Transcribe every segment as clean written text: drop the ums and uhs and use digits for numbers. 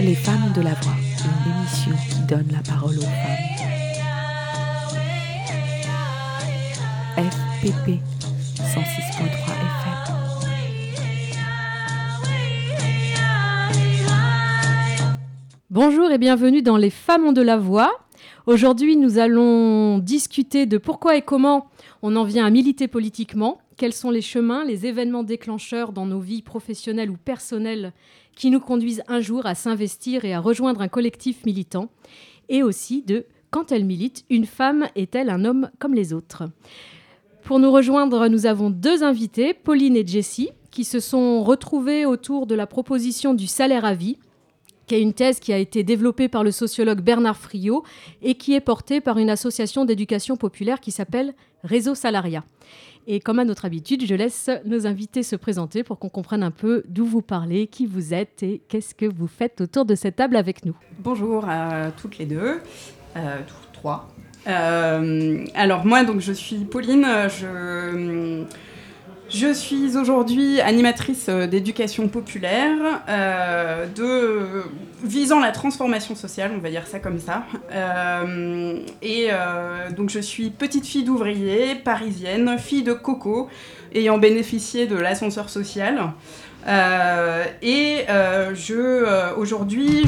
Les femmes de la voix, une émission qui donne la parole aux femmes. FPP 106.3 FM. Bonjour et bienvenue dans Les femmes ont de la voix. Aujourd'hui, nous allons discuter de pourquoi et comment on en vient à militer politiquement, quels sont les chemins, les événements déclencheurs dans nos vies professionnelles ou personnelles qui nous conduisent un jour à s'investir et à rejoindre un collectif militant, et aussi de quand elle milite, une femme est-elle un homme comme les autres ? Pour nous rejoindre, nous avons deux invités, Pauline et Jessie, qui se sont retrouvées autour de la proposition du salaire à vie, qui est une thèse qui a été développée par le sociologue Bernard Friot et qui est portée par une association d'éducation populaire qui s'appelle Réseau Salariat. Et comme à notre habitude, je laisse nos invités se présenter pour qu'on comprenne un peu d'où vous parlez, qui vous êtes et qu'est-ce que vous faites autour de cette table avec nous. Bonjour à toutes les deux, toutes trois. Alors moi, donc, je suis Pauline, je suis aujourd'hui animatrice d'éducation populaire, visant la transformation sociale, on va dire ça comme ça. Donc je suis petite fille d'ouvrier, parisienne, fille de coco, ayant bénéficié de l'ascenseur social. Aujourd'hui,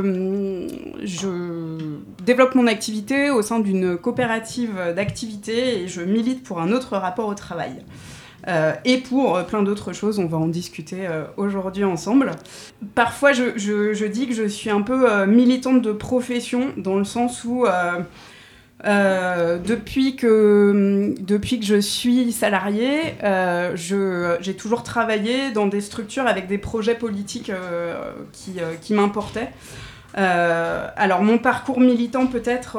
je développe mon activité au sein d'une coopérative d'activité et je milite pour un autre rapport au travail. Et pour plein d'autres choses, on va en discuter aujourd'hui ensemble. Parfois, je dis que je suis un peu militante de profession, dans le sens où depuis que je suis salariée, j'ai toujours travaillé dans des structures avec des projets politiques qui m'importaient. Alors, mon parcours militant, peut-être,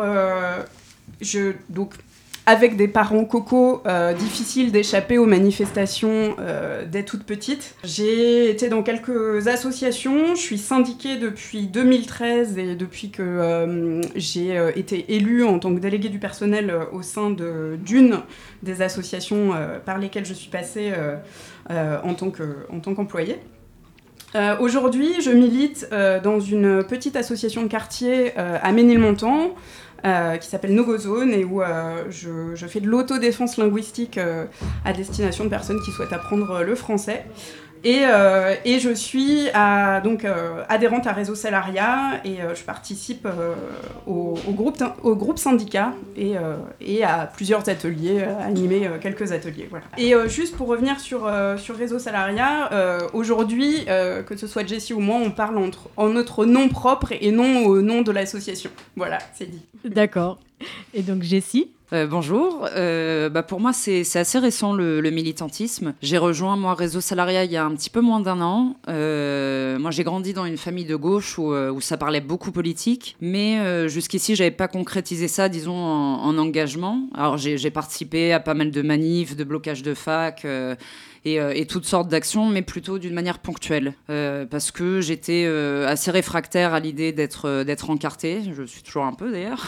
avec des parents cocos, difficile d'échapper aux manifestations dès toute petite. J'ai été dans quelques associations, je suis syndiquée depuis 2013 et depuis que j'ai été élue en tant que déléguée du personnel au sein d'une des associations par lesquelles je suis passée en tant qu'employée. Aujourd'hui, je milite dans une petite association de quartier à Ménilmontant, qui s'appelle No Go Zone et où je fais de l'autodéfense linguistique à destination de personnes qui souhaitent apprendre le français. Et je suis adhérente à Réseau Salariat et je participe au groupe syndicat et à plusieurs ateliers, animer quelques ateliers. Voilà. Et juste pour revenir sur Réseau Salariat, aujourd'hui, que ce soit Jessie ou moi, on parle en notre nom propre et non au nom de l'association. Voilà, c'est dit. D'accord. Et donc Jessie ? Bonjour, pour moi c'est assez récent le militantisme. J'ai rejoint Réseau Salariat il y a un petit peu moins d'un an. Moi j'ai grandi dans une famille de gauche où ça parlait beaucoup politique, mais jusqu'ici j'avais pas concrétisé ça, disons, en engagement. Alors j'ai participé à pas mal de manifs, de blocages de fac et toutes sortes d'actions, mais plutôt d'une manière ponctuelle, parce que j'étais assez réfractaire à l'idée d'être encartée. Je suis toujours un peu d'ailleurs.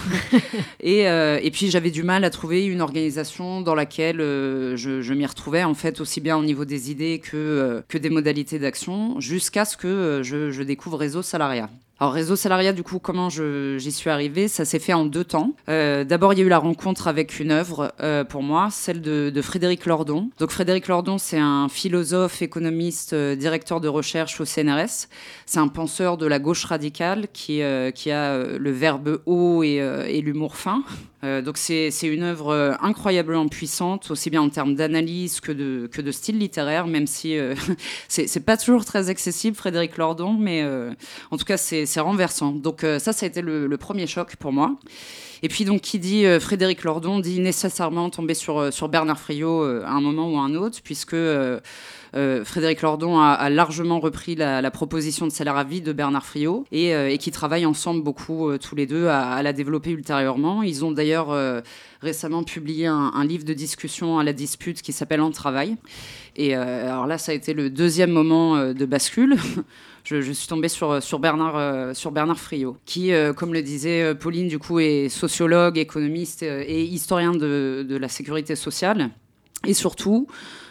Et puis j'avais du mal à trouver une organisation dans laquelle je m'y retrouvais, en fait, aussi bien au niveau des idées que des modalités d'action, jusqu'à ce que je découvre Réseau Salariat. Alors, Réseau Salariat, du coup, comment j'y suis arrivée ? Ça s'est fait en 2 temps. D'abord, il y a eu la rencontre avec une œuvre, pour moi, celle de Frédéric Lordon. Donc, Frédéric Lordon, c'est un philosophe, économiste, directeur de recherche au CNRS. C'est un penseur de la gauche radicale qui a le verbe haut et l'humour fin. Donc, c'est une œuvre incroyablement puissante, aussi bien en termes d'analyse que de style littéraire, même si c'est pas toujours très accessible, Frédéric Lordon, mais en tout cas, c'est renversant. Donc ça a été le premier choc pour moi. Et puis donc qui dit Frédéric Lordon dit nécessairement tomber sur Bernard Friot à un moment ou à un autre, puisque Frédéric Lordon a largement repris la proposition de salaire à vie de Bernard Friot et qui travaillent ensemble beaucoup tous les deux à la développer ultérieurement. Ils ont d'ailleurs récemment publié un livre de discussion à la dispute qui s'appelle En travail. Et alors là, ça a été le deuxième moment de bascule. Je suis tombée sur Bernard Friot, qui, comme le disait Pauline, du coup, est sociologue, économiste et historien de la sécurité sociale. Et surtout,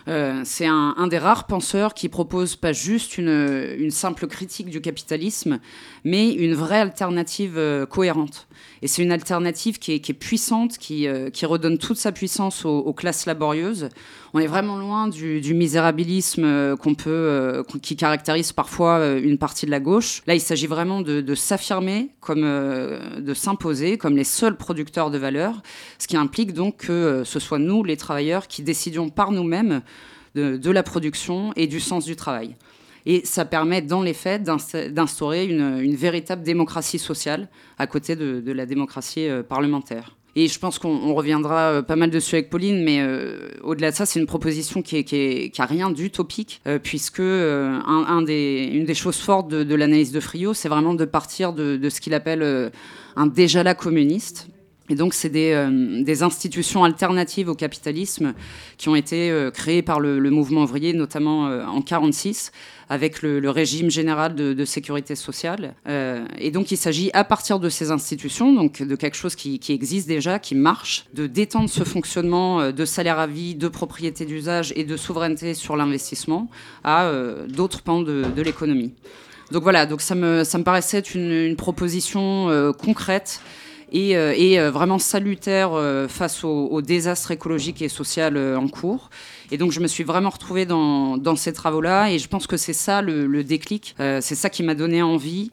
C'est un des rares penseurs qui propose pas juste une simple critique du capitalisme, mais une vraie alternative cohérente. Et c'est une alternative qui est puissante, qui redonne toute sa puissance aux classes laborieuses. On est vraiment loin du misérabilisme qui caractérise parfois une partie de la gauche. Là, il s'agit vraiment de s'affirmer, de s'imposer comme les seuls producteurs de valeur, ce qui implique donc que ce soit nous, les travailleurs, qui décidions par nous-mêmes de la production et du sens du travail. Et ça permet, dans les faits, d'instaurer une véritable démocratie sociale à côté de la démocratie parlementaire. Et je pense qu'on reviendra pas mal dessus avec Pauline, mais au-delà de ça, c'est une proposition qui a rien d'utopique, puisque une des choses fortes de l'analyse de Friot, c'est vraiment de partir de ce qu'il appelle un déjà-là communiste. Et donc, c'est des institutions alternatives au capitalisme qui ont été créées par le mouvement ouvrier, notamment en 1946, avec le régime général de sécurité sociale. Et donc, il s'agit, à partir de ces institutions, donc de quelque chose qui existe déjà, qui marche, de d'étendre ce fonctionnement de salaire à vie, de propriété d'usage et de souveraineté sur l'investissement à d'autres pans de l'économie. Donc voilà, donc ça me paraissait être une proposition concrète et vraiment salutaire face au désastre écologique et social en cours. Et donc, je me suis vraiment retrouvée dans ces travaux-là, et je pense que c'est ça le déclic. C'est ça qui m'a donné envie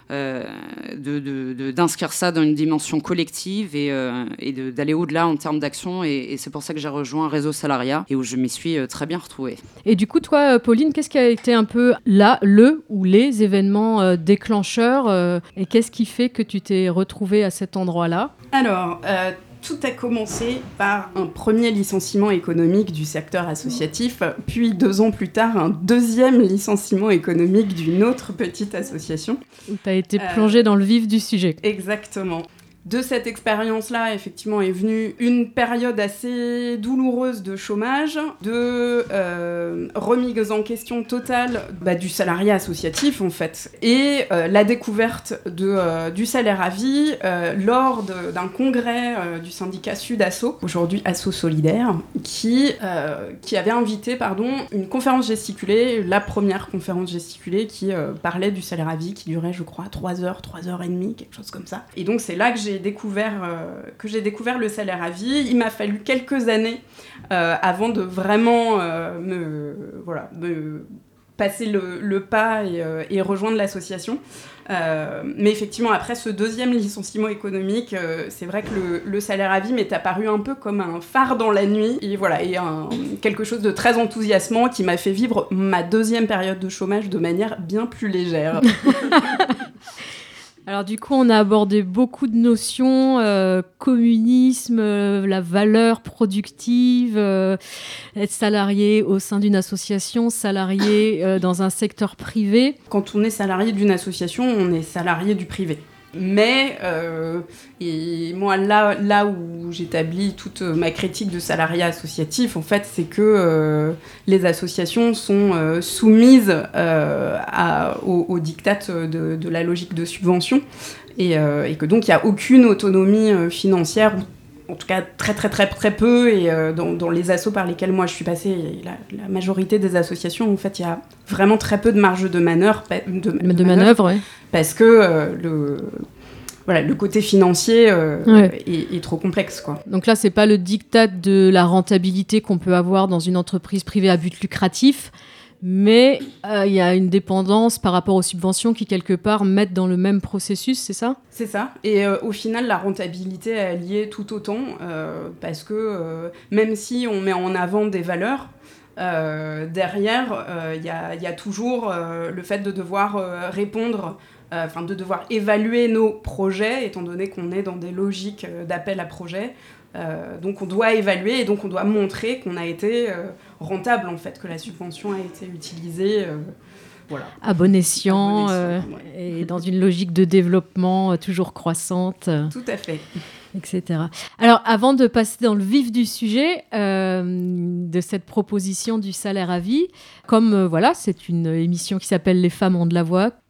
d'inscrire ça dans une dimension collective et d'aller au-delà en termes d'action. Et c'est pour ça que j'ai rejoint Réseau Salariat, et où je m'y suis très bien retrouvée. Et du coup, toi, Pauline, qu'est-ce qui a été un peu ou les événements déclencheurs et qu'est-ce qui fait que tu t'es retrouvée à cet endroit-là ? Alors, tout a commencé par un premier licenciement économique du secteur associatif, puis 2 ans plus tard, un deuxième licenciement économique d'une autre petite association. Où tu as été plongée dans le vif du sujet. Exactement. De cette expérience-là, effectivement, est venue une période assez douloureuse de chômage, de remise en question totale du salariat associatif, en fait, et la découverte du salaire à vie lors d'un congrès du syndicat Sud-Asso, aujourd'hui Asso Solidaire, qui avait invité une conférence gesticulée, la première conférence gesticulée qui parlait du salaire à vie, qui durait, je crois, 3 heures et demie, quelque chose comme ça. Et donc, c'est là que j'ai découvert le salaire à vie. Il m'a fallu quelques années avant de vraiment me passer le pas et rejoindre l'association. Mais effectivement, après ce deuxième licenciement économique, c'est vrai que le salaire à vie m'est apparu un peu comme un phare dans la nuit. Et voilà, quelque chose de très enthousiasmant qui m'a fait vivre ma deuxième période de chômage de manière bien plus légère. Alors du coup, on a abordé beaucoup de notions, communisme, la valeur productive, être salarié au sein d'une association, salarié dans un secteur privé. Quand on est salarié d'une association, on est salarié du privé. Mais, et moi, là où j'établis toute ma critique de salariat associatif, en fait, c'est que les associations sont soumises aux dictates de la logique de subvention et que donc il n'y a aucune autonomie financière, en tout cas très très très très peu, et dans les assos par lesquels moi je suis passée, la majorité des associations, en fait, il y a vraiment très peu de marge de manœuvre, ouais. Parce que le côté financier est trop complexe, quoi. Donc là, c'est pas le diktat de la rentabilité qu'on peut avoir dans une entreprise privée à but lucratif, mais il y a une dépendance par rapport aux subventions qui, quelque part, mettent dans le même processus, c'est ça ? C'est ça. Et au final, la rentabilité est liée tout autant, parce que même si on met en avant des valeurs, derrière, il y a toujours le fait de devoir répondre, de devoir évaluer nos projets, étant donné qu'on est dans des logiques d'appel à projet. Donc on doit évaluer et donc on doit montrer qu'on a été rentable, en fait, que la subvention a été utilisée à bon escient, et dans une logique de développement toujours croissante. Tout à fait. Etc. Alors, avant de passer dans le vif du sujet de cette proposition du salaire à vie, comme c'est une émission qui s'appelle Les femmes ont de la voix,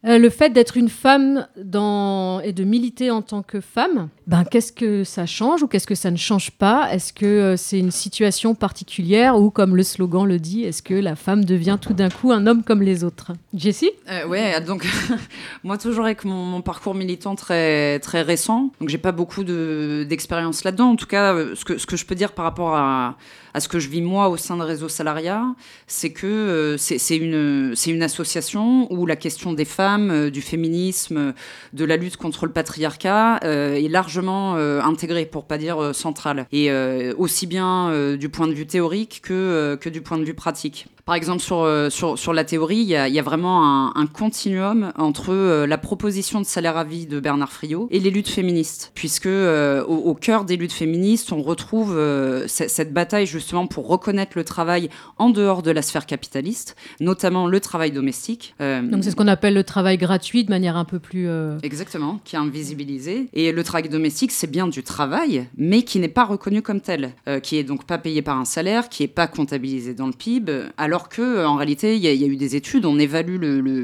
Le fait d'être une femme et de militer en tant que femme, qu'est-ce que ça change ou qu'est-ce que ça ne change pas ? Est-ce que c'est une situation particulière ou, comme le slogan le dit, est-ce que la femme devient tout d'un coup un homme comme les autres ? Jessie ? Ouais, donc moi toujours avec mon parcours militant très, très récent, donc j'ai pas beaucoup d'expérience là-dedans. En tout cas, ce que je peux dire par rapport à ce que je vis moi au sein de Réseau Salariat, c'est que c'est une association où la question des femmes, du féminisme, de la lutte contre le patriarcat est largement intégrée, pour pas dire centrale, et aussi bien du point de vue théorique que du point de vue pratique. Par exemple, sur la théorie, il y a vraiment un continuum entre la proposition de salaire à vie de Bernard Friot et les luttes féministes, puisque au cœur des luttes féministes, on retrouve cette bataille justement pour reconnaître le travail en dehors de la sphère capitaliste, notamment le travail domestique. Donc c'est ce qu'on appelle le travail gratuit de manière un peu plus... Exactement, qui est invisibilisé. Et le travail domestique, c'est bien du travail, mais qui n'est pas reconnu comme tel, qui est donc pas payé par un salaire, qui n'est pas comptabilisé dans le PIB, alors qu'en réalité, il y a eu des études, on évalue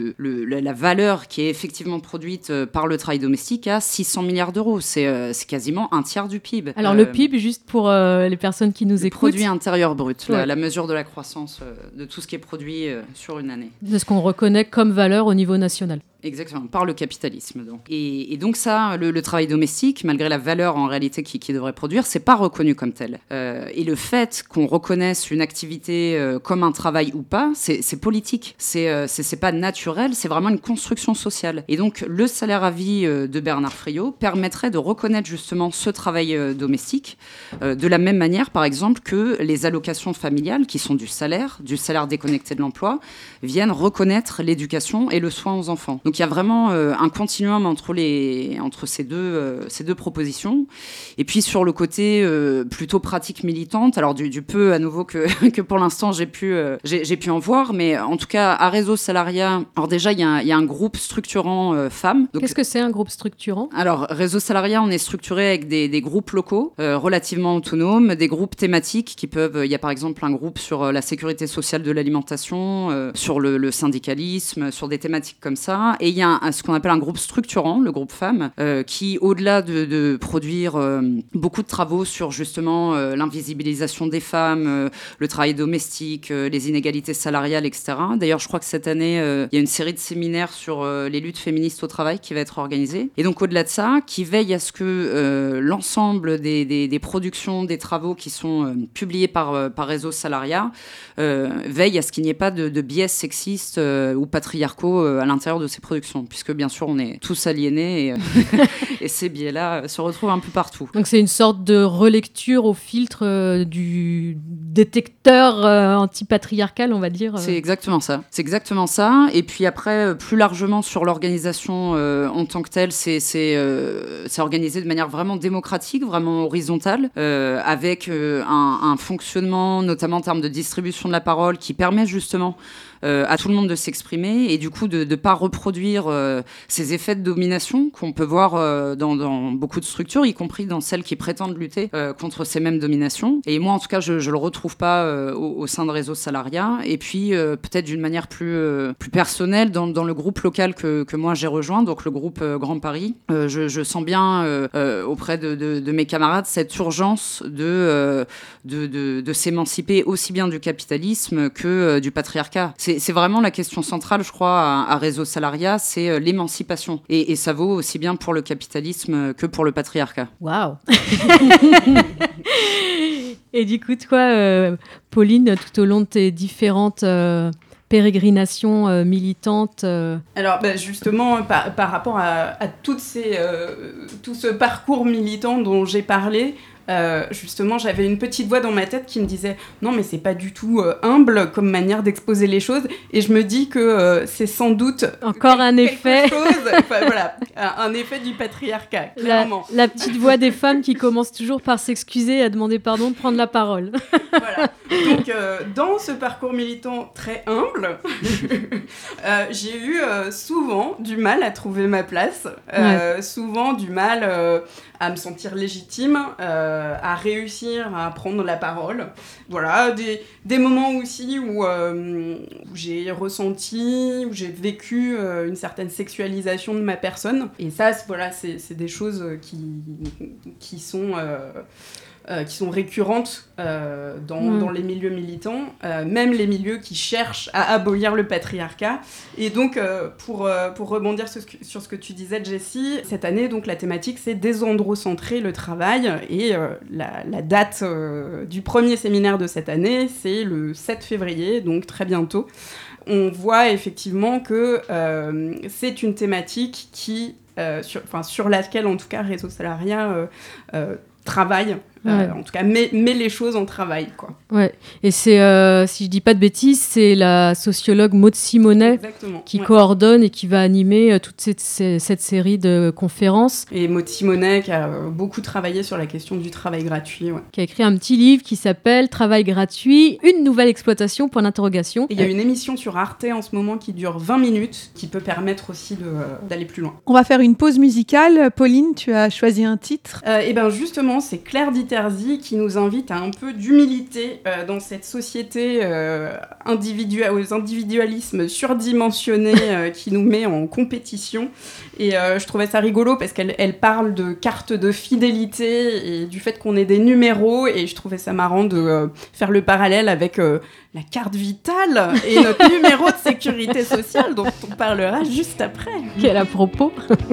la valeur qui est effectivement produite par le travail domestique à 600 milliards d'euros. C'est quasiment un tiers du PIB. Alors le PIB, juste pour les personnes qui nous écoutent. Produit intérieur brut, la mesure de la croissance de tout ce qui est produit sur une année. De ce qu'on reconnaît comme valeur au niveau national. Exactement, par le capitalisme. Donc. Et donc ça, le travail domestique, malgré la valeur en réalité qu'il devrait produire, c'est pas reconnu comme tel. Et le fait qu'on reconnaisse une activité comme un travail ou pas, c'est politique. C'est pas naturel, c'est vraiment une construction sociale. Et donc le salaire à vie de Bernard Friot permettrait de reconnaître justement ce travail domestique de la même manière, par exemple, que les allocations familiales, qui sont du salaire déconnecté de l'emploi, viennent reconnaître l'éducation et le soin aux enfants. Donc il y a vraiment un continuum entre ces deux propositions. Et puis sur le côté plutôt pratique militante, alors du peu à nouveau que pour l'instant j'ai pu en voir, mais en tout cas à Réseau Salariat, alors déjà il y a un groupe structurant femmes. Qu'est-ce que c'est un groupe structurant ? Alors Réseau Salariat, on est structuré avec des groupes locaux relativement autonomes, des groupes thématiques il y a par exemple un groupe sur la sécurité sociale de l'alimentation, sur le syndicalisme, sur des thématiques comme ça. Et il y a ce qu'on appelle un groupe structurant, le groupe femmes, qui, au-delà de produire beaucoup de travaux sur justement l'invisibilisation des femmes, le travail domestique, les inégalités salariales, etc. D'ailleurs, je crois que cette année, il y a une série de séminaires sur les luttes féministes au travail qui va être organisée. Et donc, au-delà de ça, qui veille à ce que l'ensemble des productions, des travaux qui sont publiés par Réseau Salariat veille à ce qu'il n'y ait pas de biais sexistes ou patriarcaux à l'intérieur de ces productions, puisque bien sûr on est tous aliénés et ces biais-là se retrouvent un peu partout. Donc c'est une sorte de relecture au filtre du détecteur antipatriarcal, on va dire. C'est exactement ça. Et puis après, plus largement sur l'organisation en tant que telle, c'est organisé de manière vraiment démocratique, vraiment horizontale, avec un fonctionnement, notamment en termes de distribution de la parole, qui permet justement à tout le monde de s'exprimer et du coup de ne pas reproduire ces effets de domination qu'on peut voir dans beaucoup de structures, y compris dans celles qui prétendent lutter contre ces mêmes dominations. Et moi, en tout cas, je ne le retrouve pas au sein de Réseau Salariat. Et puis, peut-être d'une manière plus personnelle, dans le groupe local que moi j'ai rejoint, donc le groupe Grand Paris, je sens bien auprès de mes camarades cette urgence de s'émanciper aussi bien du capitalisme que du patriarcat. C'est vraiment la question centrale, je crois, à Réseau Salariat, c'est l'émancipation. Et ça vaut aussi bien pour le capitalisme que pour le patriarcat. Waouh. Et du coup, toi, Pauline, tout au long de tes différentes pérégrinations militantes Alors justement, par rapport à tout ce parcours militant dont j'ai parlé, justement, j'avais une petite voix dans ma tête qui me disait non, mais c'est pas du tout humble comme manière d'exposer les choses, et je me dis que c'est sans doute encore un effet, un effet du patriarcat, clairement. La petite voix des femmes qui commence toujours par s'excuser et à demander pardon de prendre la parole. Voilà. Donc, dans ce parcours militant très humble, j'ai eu souvent du mal à trouver ma place, souvent du mal à me sentir légitime, à réussir à prendre la parole. Voilà, des moments aussi où j'ai ressenti, où j'ai vécu une certaine sexualisation de ma personne. Et ça, c'est des choses qui sont récurrentes dans les milieux militants, même les milieux qui cherchent à abolir le patriarcat. Et donc, pour rebondir sur ce que tu disais, Jessie, cette année, donc, la thématique, c'est désandrocentrer le travail. Et la date du premier séminaire de cette année, c'est le 7 février, donc très bientôt. On voit effectivement que c'est une thématique sur laquelle, en tout cas, Réseau Salariat travaille. En tout cas, met les choses en travail, quoi. Ouais. Et c'est, si je dis pas de bêtises, c'est la sociologue Maud Simonet qui coordonne et qui va animer toute cette série de conférences. Et Maud Simonet qui a beaucoup travaillé sur la question du travail gratuit. Ouais. Qui a écrit un petit livre qui s'appelle « Travail gratuit, une nouvelle exploitation ». Il y a une émission sur Arte en ce moment qui dure 20 minutes, qui peut permettre aussi d'aller plus loin. On va faire une pause musicale. Pauline, tu as choisi un titre. Et bien justement, c'est Claire Diterzi qui nous invite à un peu d'humilité dans cette société aux individualismes surdimensionnés qui nous met en compétition. Et je trouvais ça rigolo parce qu'elle parle de carte de fidélité et du fait qu'on ait des numéros, et je trouvais ça marrant de faire le parallèle avec la carte vitale et notre numéro de sécurité sociale dont on parlera juste après. Quel à propos.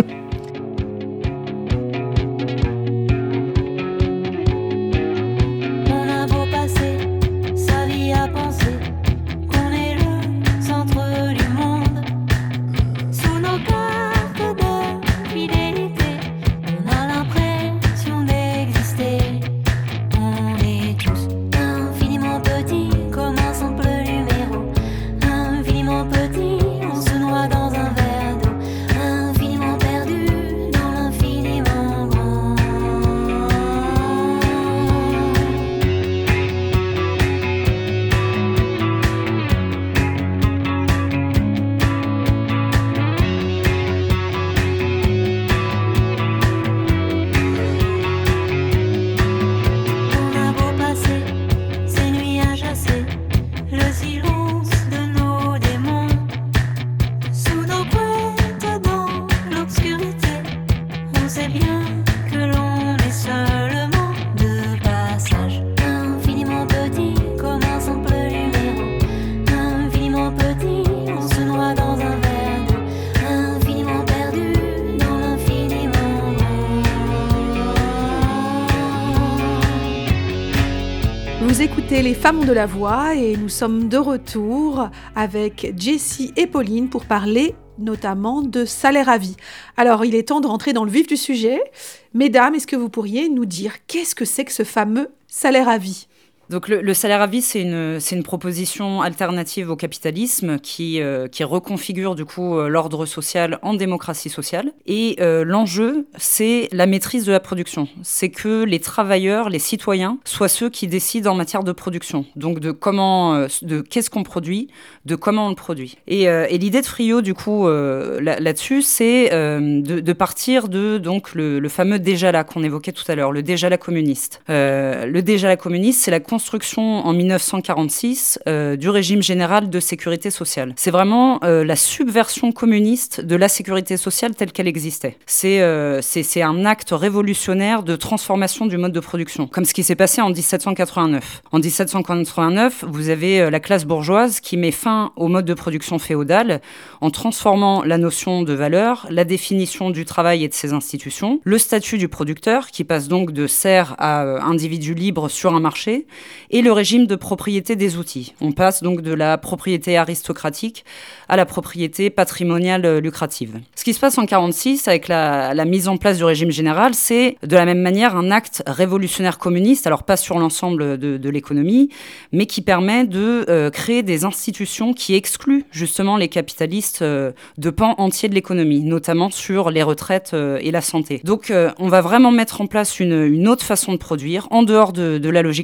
Vous écoutez Les Femmes ont de la voix et nous sommes de retour avec Jessie et Pauline pour parler notamment de salaire à vie. Alors, il est temps de rentrer dans le vif du sujet. Mesdames, est-ce que vous pourriez nous dire qu'est-ce que c'est que ce fameux salaire à vie ? Donc le salaire à vie, c'est une proposition alternative au capitalisme qui reconfigure du coup l'ordre social en démocratie sociale. Et l'enjeu, c'est la maîtrise de la production. C'est que les travailleurs, les citoyens, soient ceux qui décident en matière de production. Donc de qu'est-ce qu'on produit, de comment on le produit. Et l'idée de Friot, du coup, là-dessus, c'est de partir de donc le fameux déjà-là qu'on évoquait tout à l'heure, le déjà-là communiste. Le déjà-là communiste, c'est la construction en 1946 du régime général de sécurité sociale. C'est vraiment la subversion communiste de la sécurité sociale telle qu'elle existait. C'est un acte révolutionnaire de transformation du mode de production, comme ce qui s'est passé en 1789. En 1789, vous avez la classe bourgeoise qui met fin au mode de production féodal en transformant la notion de valeur, la définition du travail et de ses institutions, le statut du producteur qui passe donc de serf à individu libre sur un marché, et le régime de propriété des outils. On passe donc de la propriété aristocratique à la propriété patrimoniale lucrative. Ce qui se passe en 1946 avec la mise en place du régime général, c'est de la même manière un acte révolutionnaire communiste, alors pas sur l'ensemble de l'économie, mais qui permet de créer des institutions qui excluent justement les capitalistes de pans entiers de l'économie, notamment sur les retraites et la santé. Donc on va vraiment mettre en place une autre façon de produire, en dehors de la logique marchande,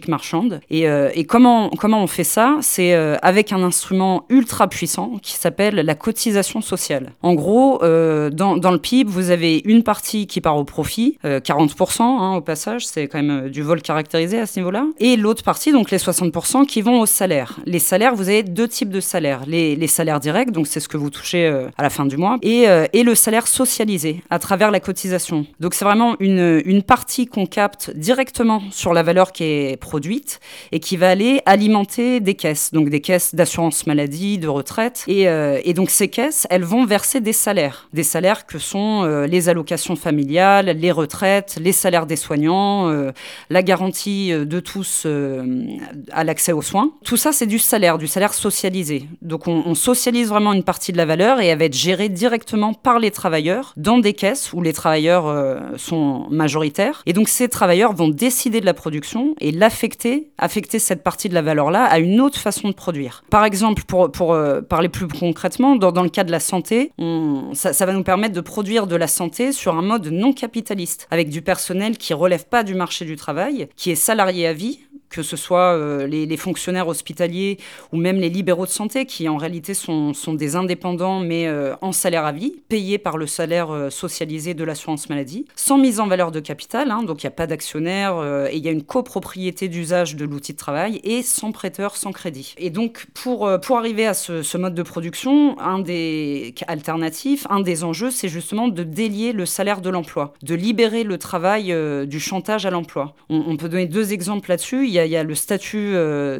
monde. Et comment on fait ça ? C'est avec un instrument ultra puissant qui s'appelle la cotisation sociale. En gros, dans le PIB, vous avez une partie qui part au profit, 40% au passage, c'est quand même du vol caractérisé à ce niveau-là, et l'autre partie, donc les 60% qui vont au salaire. Les salaires, vous avez 2 types de salaires. Les salaires directs, donc c'est ce que vous touchez à la fin du mois, et le salaire socialisé à travers la cotisation. Donc c'est vraiment une partie qu'on capte directement sur la valeur qui est produite et qui va aller alimenter des caisses, donc des caisses d'assurance maladie, de retraite. Et donc ces caisses, elles vont verser des salaires que sont les allocations familiales, les retraites, les salaires des soignants, la garantie de tous à l'accès aux soins. Tout ça, c'est du salaire socialisé. Donc on socialise vraiment une partie de la valeur et elle va être gérée directement par les travailleurs dans des caisses où les travailleurs sont majoritaires. Et donc ces travailleurs vont décider de la production et affecter cette partie de la valeur-là à une autre façon de produire. Par exemple, pour parler plus concrètement, dans le cas de la santé, ça va nous permettre de produire de la santé sur un mode non capitaliste, avec du personnel qui ne relève pas du marché du travail, qui est salarié à vie, que ce soit les fonctionnaires hospitaliers ou même les libéraux de santé qui en réalité sont des indépendants mais en salaire à vie, payés par le salaire socialisé de l'assurance maladie, sans mise en valeur de capital, donc il n'y a pas d'actionnaire et il y a une copropriété d'usage de l'outil de travail et sans prêteur, sans crédit. Et donc pour arriver à ce mode de production, un des alternatifs, un des enjeux, c'est justement de délier le salaire de l'emploi, de libérer le travail du chantage à l'emploi. On peut donner 2 exemples là-dessus. Il y a le statut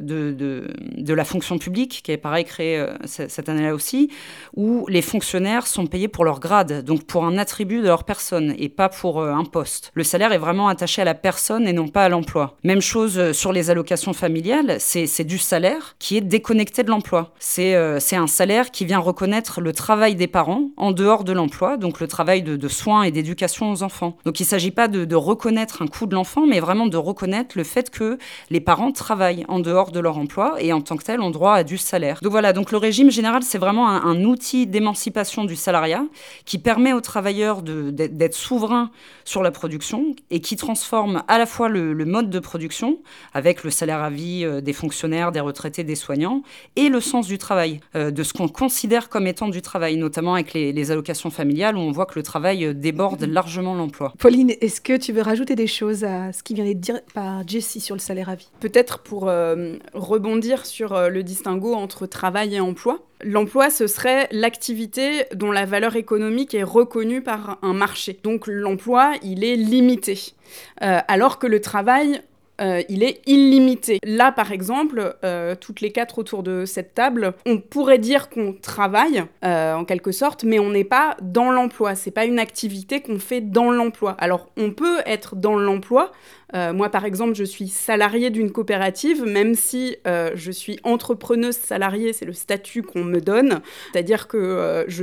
de la fonction publique, qui est pareil créé cette année-là aussi, où les fonctionnaires sont payés pour leur grade, donc pour un attribut de leur personne, et pas pour un poste. Le salaire est vraiment attaché à la personne et non pas à l'emploi. Même chose sur les allocations familiales, c'est du salaire qui est déconnecté de l'emploi. C'est un salaire qui vient reconnaître le travail des parents en dehors de l'emploi, donc le travail de soins et d'éducation aux enfants. Donc il ne s'agit pas de reconnaître un coût de l'enfant, mais vraiment de reconnaître le fait que les parents travaillent en dehors de leur emploi et en tant que tel ont droit à du salaire. Donc voilà, donc le régime général, c'est vraiment un outil d'émancipation du salariat qui permet aux travailleurs d'être souverains sur la production et qui transforme à la fois le mode de production avec le salaire à vie des fonctionnaires, des retraités, des soignants et le sens du travail, de ce qu'on considère comme étant du travail, notamment avec les allocations familiales où on voit que le travail déborde largement l'emploi. Pauline, est-ce que tu veux rajouter des choses à ce qui vient d'être dit par Jessie sur le salaire à vie ? Peut-être pour rebondir sur le distinguo entre travail et emploi. L'emploi, ce serait l'activité dont la valeur économique est reconnue par un marché. Donc l'emploi, il est limité. Alors que le travail, il est illimité. Là, par exemple, toutes les 4 autour de cette table, on pourrait dire qu'on travaille, en quelque sorte, mais on n'est pas dans l'emploi. C'est pas une activité qu'on fait dans l'emploi. Alors, on peut être dans l'emploi. Moi, par exemple, je suis salariée d'une coopérative, même si je suis entrepreneuse salariée, c'est le statut qu'on me donne. C'est-à-dire que je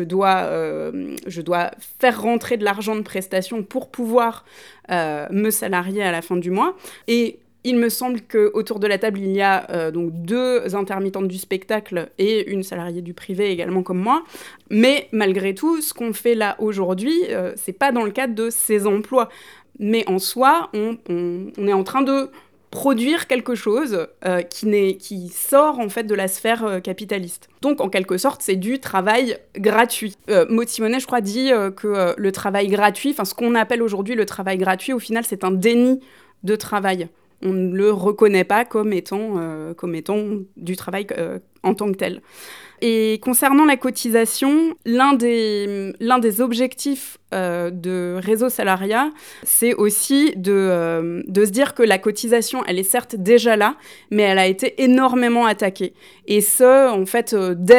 dois faire rentrer de l'argent de prestation pour pouvoir me salarier à la fin du mois. Et il me semble qu'autour de la table, il y a donc 2 intermittentes du spectacle et une salariée du privé également comme moi. Mais malgré tout, ce qu'on fait là aujourd'hui, c'est pas dans le cadre de ces emplois. Mais en soi, on est en train de produire quelque chose qui sort en fait de la sphère capitaliste. Donc en quelque sorte, c'est du travail gratuit. Maud Simonet, je crois, dit que le travail gratuit, enfin ce qu'on appelle aujourd'hui le travail gratuit, au final, c'est un déni de travail. On ne le reconnaît pas comme étant du travail en tant que tel. Et concernant la cotisation, l'un des objectifs de Réseau Salariat, c'est aussi de se dire que la cotisation, elle est certes déjà là, mais elle a été énormément attaquée. Et ce, en fait,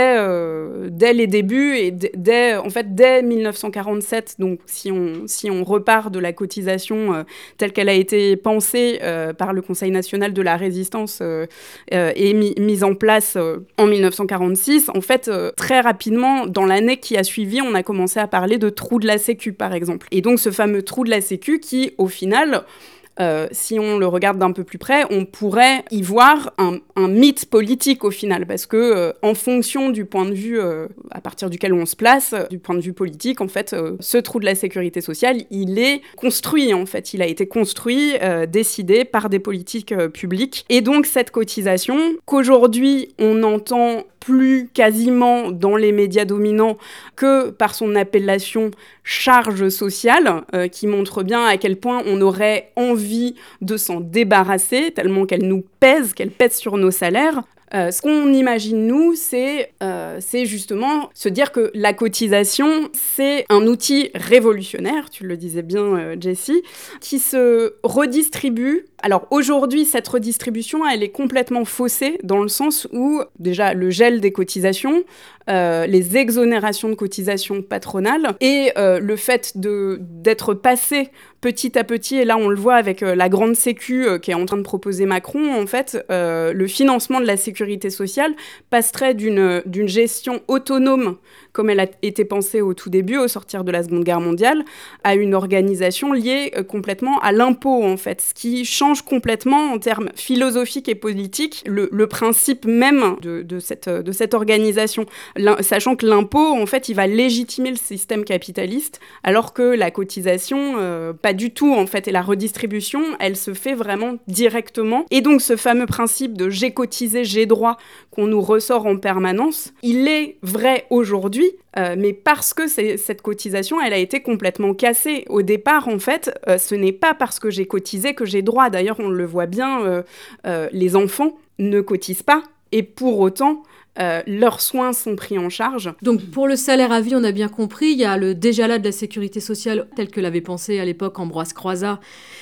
dès les débuts et dès 1947. Donc, si on repart de la cotisation telle qu'elle a été pensée par le Conseil national de la résistance et mise en place en 1946, en fait, très rapidement, dans l'année qui a suivi, on a commencé à parler de trou de la Sécu, par exemple. Et donc, ce fameux trou de la Sécu qui, au final, si on le regarde d'un peu plus près, on pourrait y voir un mythe politique au final, parce que en fonction du point de vue à partir duquel on se place, du point de vue politique, en fait, ce trou de la sécurité sociale, il est construit, en fait. Il a été construit, décidé par des politiques publiques. Et donc, cette cotisation, qu'aujourd'hui, on entend plus quasiment dans les médias dominants que par son appellation charge sociale, qui montre bien à quel point on aurait envie de s'en débarrasser, tellement qu'elle nous pèse, qu'elle pèse sur nos salaires. Ce qu'on imagine, nous, c'est justement se dire que la cotisation, c'est un outil révolutionnaire, tu le disais bien, Jessie, qui se redistribue. Alors aujourd'hui, cette redistribution, elle est complètement faussée dans le sens où, déjà, le gel des cotisations, les exonérations de cotisations patronales et le fait d'être passé petit à petit, et là on le voit avec la grande sécu qui est en train de proposer Macron, en fait, le financement de la sécurité sociale passerait d'une gestion autonome, comme elle a été pensée au tout début, au sortir de la Seconde Guerre mondiale, à une organisation liée complètement à l'impôt, en fait, ce qui change complètement en termes philosophiques et politiques le principe même de cette organisation, sachant que l'impôt, en fait, il va légitimer le système capitaliste, alors que la cotisation, pas du tout, en fait, et la redistribution, elle se fait vraiment directement. Et donc, ce fameux principe de « j'ai cotisé, j'ai droit » qu'on nous ressort en permanence, il est vrai aujourd'hui, mais parce que cette cotisation, elle a été complètement cassée. Au départ, en fait, ce n'est pas parce que j'ai cotisé que j'ai droit. D'ailleurs, on le voit bien, les enfants ne cotisent pas, et pour autant, leurs soins sont pris en charge. Donc pour le salaire à vie, on a bien compris, il y a le déjà là de la sécurité sociale tel que l'avait pensé à l'époque Ambroise Croizat,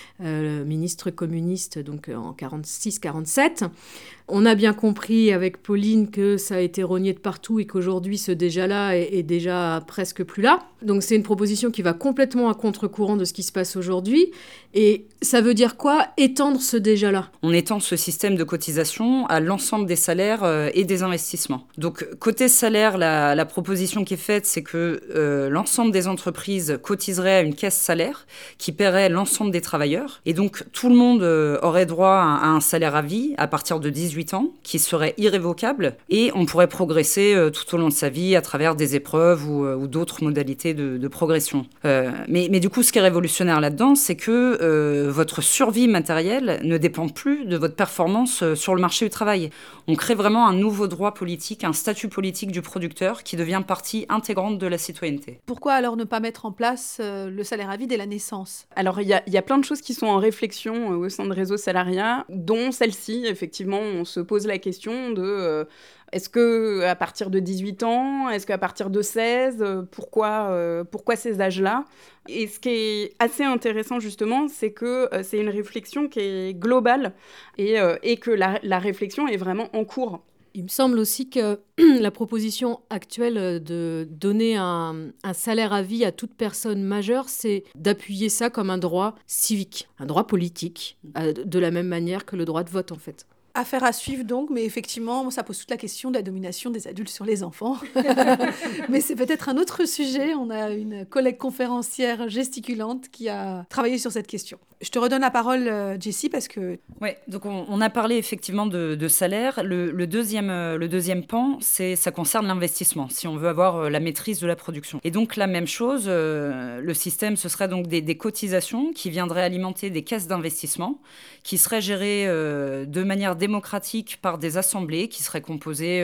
ministre communiste donc en 46-47. On a bien compris avec Pauline que ça a été rogné de partout et qu'aujourd'hui ce déjà-là est déjà presque plus là. Donc c'est une proposition qui va complètement à contre-courant de ce qui se passe aujourd'hui. Et ça veut dire quoi, étendre ce déjà-là ? On étend ce système de cotisation à l'ensemble des salaires et des investissements. Donc côté salaire, la proposition qui est faite, c'est que l'ensemble des entreprises cotiseraient à une caisse salaire qui paierait l'ensemble des travailleurs. Et donc tout le monde aurait droit à un salaire à vie à partir de 18 ans, qui serait irrévocable, et on pourrait progresser tout au long de sa vie à travers des épreuves ou d'autres modalités de progression. Mais du coup, ce qui est révolutionnaire là-dedans, c'est que votre survie matérielle ne dépend plus de votre performance sur le marché du travail. On crée vraiment un nouveau droit politique, un statut politique du producteur qui devient partie intégrante de la citoyenneté. Pourquoi alors ne pas mettre en place le salaire à vie dès la naissance ? Alors, il y a plein de choses qui sont en réflexion au sein de Réseau Salariat, dont celle-ci, effectivement, on se pose la question de est-ce qu'à partir de 18 ans, est-ce qu'à partir de 16, pourquoi ces âges-là ? Et ce qui est assez intéressant justement, c'est que c'est une réflexion qui est globale et que la réflexion est vraiment en cours. Il me semble aussi que la proposition actuelle de donner un salaire à vie à toute personne majeure, c'est d'appuyer ça comme un droit civique, un droit politique, de la même manière que le droit de vote en fait. Affaire à suivre donc, mais effectivement, ça pose toute la question de la domination des adultes sur les enfants. Mais c'est peut-être un autre sujet. On a une collègue conférencière gesticulante qui a travaillé sur cette question. Je te redonne la parole, Jessie, parce que... Oui, donc on a parlé effectivement de salaire. Le deuxième pan, ça concerne l'investissement, si on veut avoir la maîtrise de la production. Et donc la même chose, le système, ce serait donc des cotisations qui viendraient alimenter des caisses d'investissement, qui seraient gérées de manière démocratique par des assemblées, qui seraient composées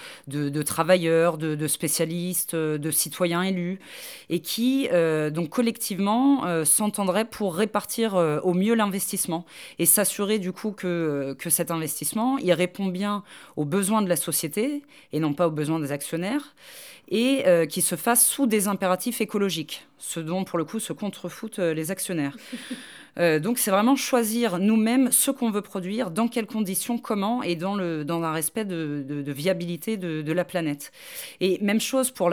de travailleurs, de spécialistes, de citoyens élus, et qui, donc collectivement, s'entendraient pour répartir au mieux l'investissement et s'assurer du coup que cet investissement, il répond bien aux besoins de la société et non pas aux besoins des actionnaires et qui se fasse sous des impératifs écologiques, ce dont pour le coup se contrefoutent les actionnaires. Donc c'est vraiment choisir nous-mêmes ce qu'on veut produire, dans quelles conditions, comment et dans un respect de viabilité de la planète. Et même chose pour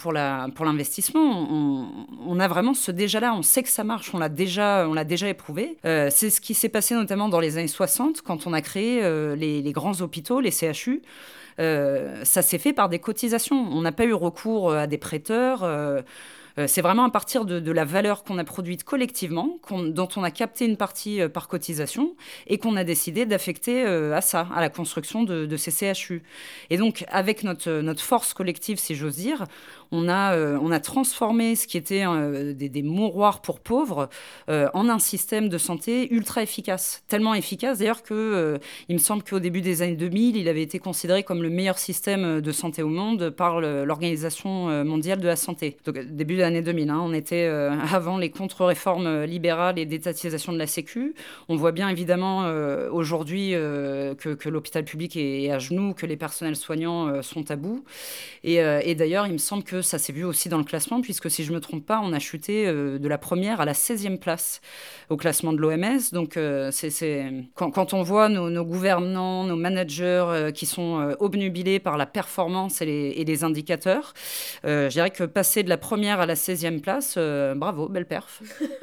l'investissement, on a vraiment ce déjà-là, on sait que ça marche, on l'a déjà éprouvé. C'est ce qui s'est passé notamment dans les années 60 quand on a créé les grands hôpitaux, les CHU. Ça s'est fait par des cotisations. On n'a pas eu recours à des prêteurs. C'est vraiment à partir de la valeur qu'on a produite collectivement, dont on a capté une partie par cotisation et qu'on a décidé d'affecter à ça, à la construction de ces CHU. Et donc, avec notre force collective, si j'ose dire, on a transformé ce qui était des mouroirs pour pauvres en un système de santé ultra efficace. Tellement efficace d'ailleurs il me semble qu'au début des années 2000, il avait été considéré comme le meilleur système de santé au monde par l'Organisation mondiale de la santé. Donc début des années 2000, on était avant les contre-réformes libérales et d'étatisation de la Sécu. On voit bien évidemment aujourd'hui que l'hôpital public est à genoux, que les personnels soignants sont à bout. Et d'ailleurs, il me semble que ça s'est vu aussi dans le classement, puisque si je ne me trompe pas, on a chuté de la première à la 16e place au classement de l'OMS. Donc, quand on voit nos gouvernants, nos managers qui sont obnubilés par la performance et les indicateurs, je dirais que passer de la première à la 16e place, bravo, belle perf.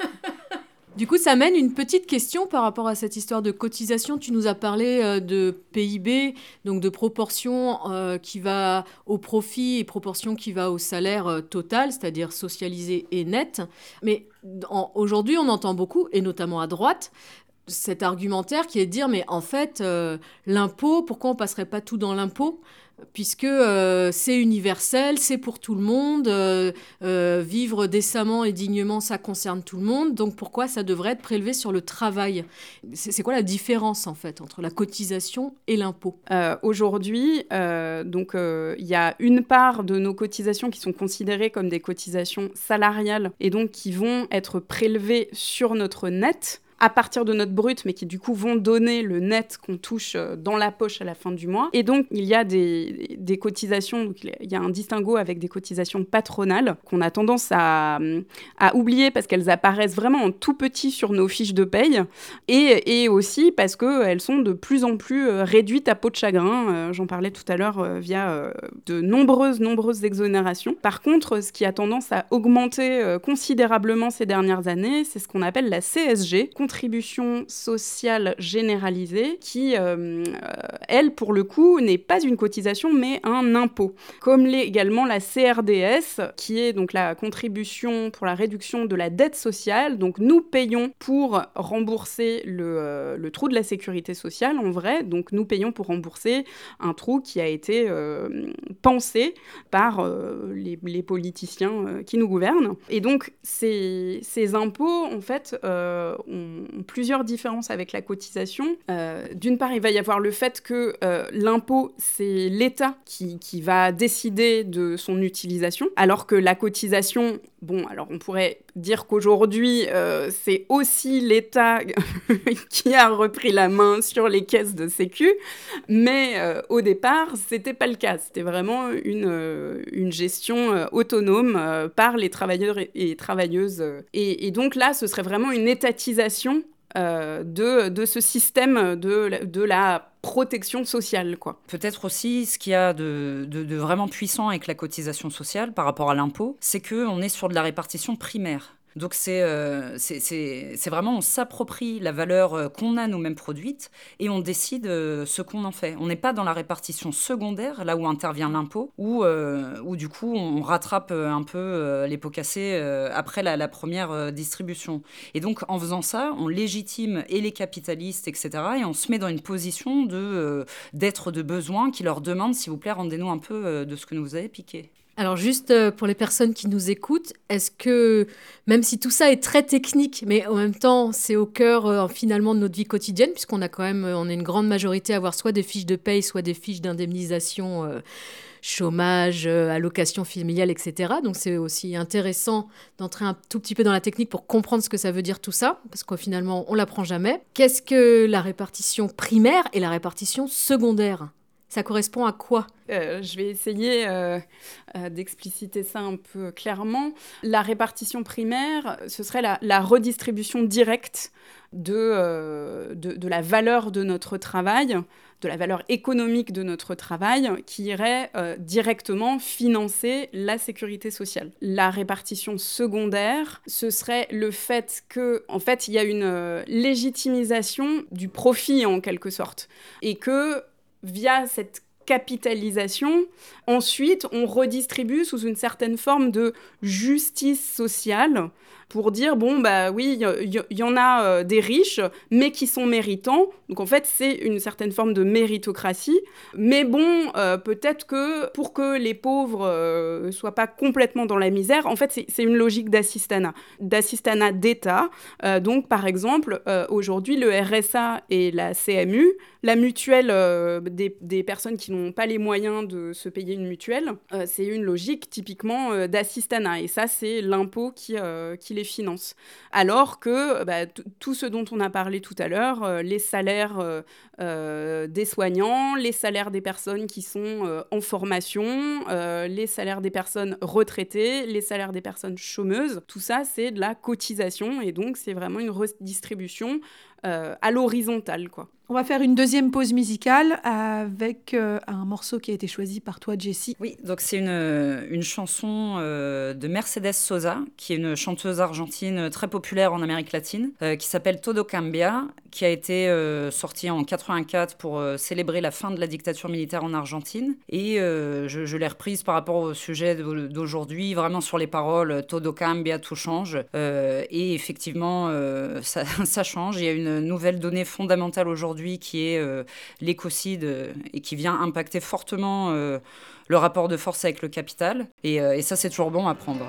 Du coup, ça mène une petite question par rapport à cette histoire de cotisation. Tu nous as parlé de PIB, donc de proportion qui va au profit et proportion qui va au salaire total, c'est-à-dire socialisé et net. Mais aujourd'hui, on entend beaucoup, et notamment à droite, cet argumentaire qui est de dire, mais en fait, l'impôt, pourquoi on ne passerait pas tout dans l'impôt ? Puisque c'est universel, c'est pour tout le monde, vivre décemment et dignement, ça concerne tout le monde, donc pourquoi ça devrait être prélevé sur le travail ? C'est quoi la différence, en fait, entre la cotisation et l'impôt ? Aujourd'hui, il y a une part de nos cotisations qui sont considérées comme des cotisations salariales et donc qui vont être prélevées sur notre net, à partir de notre brut, mais qui du coup vont donner le net qu'on touche dans la poche à la fin du mois. Et donc, il y a des cotisations, donc il y a un distinguo avec des cotisations patronales qu'on a tendance à oublier parce qu'elles apparaissent vraiment en tout petit sur nos fiches de paye et aussi parce qu'elles sont de plus en plus réduites à peau de chagrin. J'en parlais tout à l'heure via de nombreuses exonérations. Par contre, ce qui a tendance à augmenter considérablement ces dernières années, c'est ce qu'on appelle la CSG, contribution sociale généralisée, qui, elle, pour le coup, n'est pas une cotisation, mais un impôt. Comme l'est également la CRDS, qui est donc la contribution pour la réduction de la dette sociale. Donc, nous payons pour rembourser le trou de la sécurité sociale, en vrai. Donc, nous payons pour rembourser un trou qui a été pensé par les politiciens qui nous gouvernent. Et donc, ces impôts, en fait, ont plusieurs différences avec la cotisation. D'une part, il va y avoir le fait que l'impôt, c'est l'État qui va décider de son utilisation, alors que la cotisation, bon, alors on pourrait dire qu'aujourd'hui, c'est aussi l'État qui a repris la main sur les caisses de sécu, mais au départ, c'était pas le cas. C'était vraiment une gestion autonome par les travailleurs et travailleuses. Et donc là, ce serait vraiment une étatisation de ce système de la protection sociale, quoi. Peut-être aussi, ce qu'il y a de vraiment puissant avec la cotisation sociale par rapport à l'impôt, c'est qu'on est sur de la répartition primaire. Donc c'est vraiment, on s'approprie la valeur qu'on a nous-mêmes produite et on décide ce qu'on en fait. On n'est pas dans la répartition secondaire, là où intervient l'impôt, où du coup on rattrape un peu les pots cassés après la première distribution. Et donc en faisant ça, on légitime et les capitalistes, etc. Et on se met dans une position d'être de besoin qui leur demande, s'il vous plaît, rendez-nous un peu de ce que nous vous avez piqué. Alors juste pour les personnes qui nous écoutent, est-ce que, même si tout ça est très technique, mais en même temps c'est au cœur finalement de notre vie quotidienne, puisqu'on a quand même, on est une grande majorité à avoir soit des fiches de paye, soit des fiches d'indemnisation chômage, allocation familiale, etc. Donc c'est aussi intéressant d'entrer un tout petit peu dans la technique pour comprendre ce que ça veut dire tout ça, parce que finalement on l'apprend jamais. Qu'est-ce que la répartition primaire et la répartition secondaire ? Ça correspond à quoi ? Je vais essayer d'expliciter ça un peu clairement. La répartition primaire, ce serait la redistribution directe de la valeur de notre travail, de la valeur économique de notre travail, qui irait directement financer la sécurité sociale. La répartition secondaire, ce serait le fait que, en fait, il y a une légitimisation du profit en quelque sorte, et que via cette capitalisation, ensuite on redistribue sous une certaine forme de justice sociale pour dire, bon, bah oui, il y en a des riches, mais qui sont méritants. Donc en fait, c'est une certaine forme de méritocratie. Mais bon, peut-être que pour que les pauvres soient pas complètement dans la misère, en fait, c'est une logique d'assistanat d'État. Donc par exemple, aujourd'hui, le RSA et la CMU, la mutuelle des personnes qui n'ont pas les moyens de se payer une mutuelle, c'est une logique typiquement d'assistanat. Et ça, c'est l'impôt qui les finance. Alors que tout ce dont on a parlé tout à l'heure, les salaires des soignants, les salaires des personnes qui sont en formation, les salaires des personnes retraitées, les salaires des personnes chômeuses, tout ça, c'est de la cotisation. Et donc, c'est vraiment une redistribution à l'horizontale, quoi. On va faire une deuxième pause musicale avec un morceau qui a été choisi par toi, Jessie. Oui, donc c'est une chanson de Mercedes Sosa, qui est une chanteuse argentine très populaire en Amérique latine, qui s'appelle Todo Cambia, qui a été sortie en 84 pour célébrer la fin de la dictature militaire en Argentine. Et je l'ai reprise par rapport au sujet d'aujourd'hui, vraiment sur les paroles, Todo Cambia, tout change. Et effectivement, ça change. Il y a une nouvelle donnée fondamentale aujourd'hui qui est l'écocide et qui vient impacter fortement le rapport de force avec le capital. Et ça, c'est toujours bon à prendre.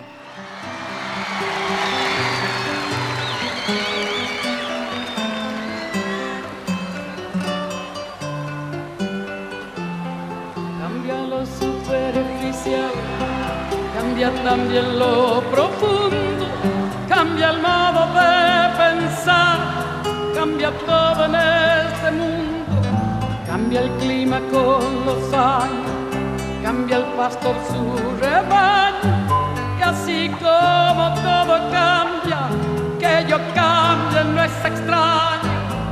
Cambia lo superficial, cambia también lo profundo, cambia el modo de pensar, cambia todo en este mundo, cambia el clima con los años, cambia el pastor su rebaño, y así como todo cambia, que yo cambie no es extraño.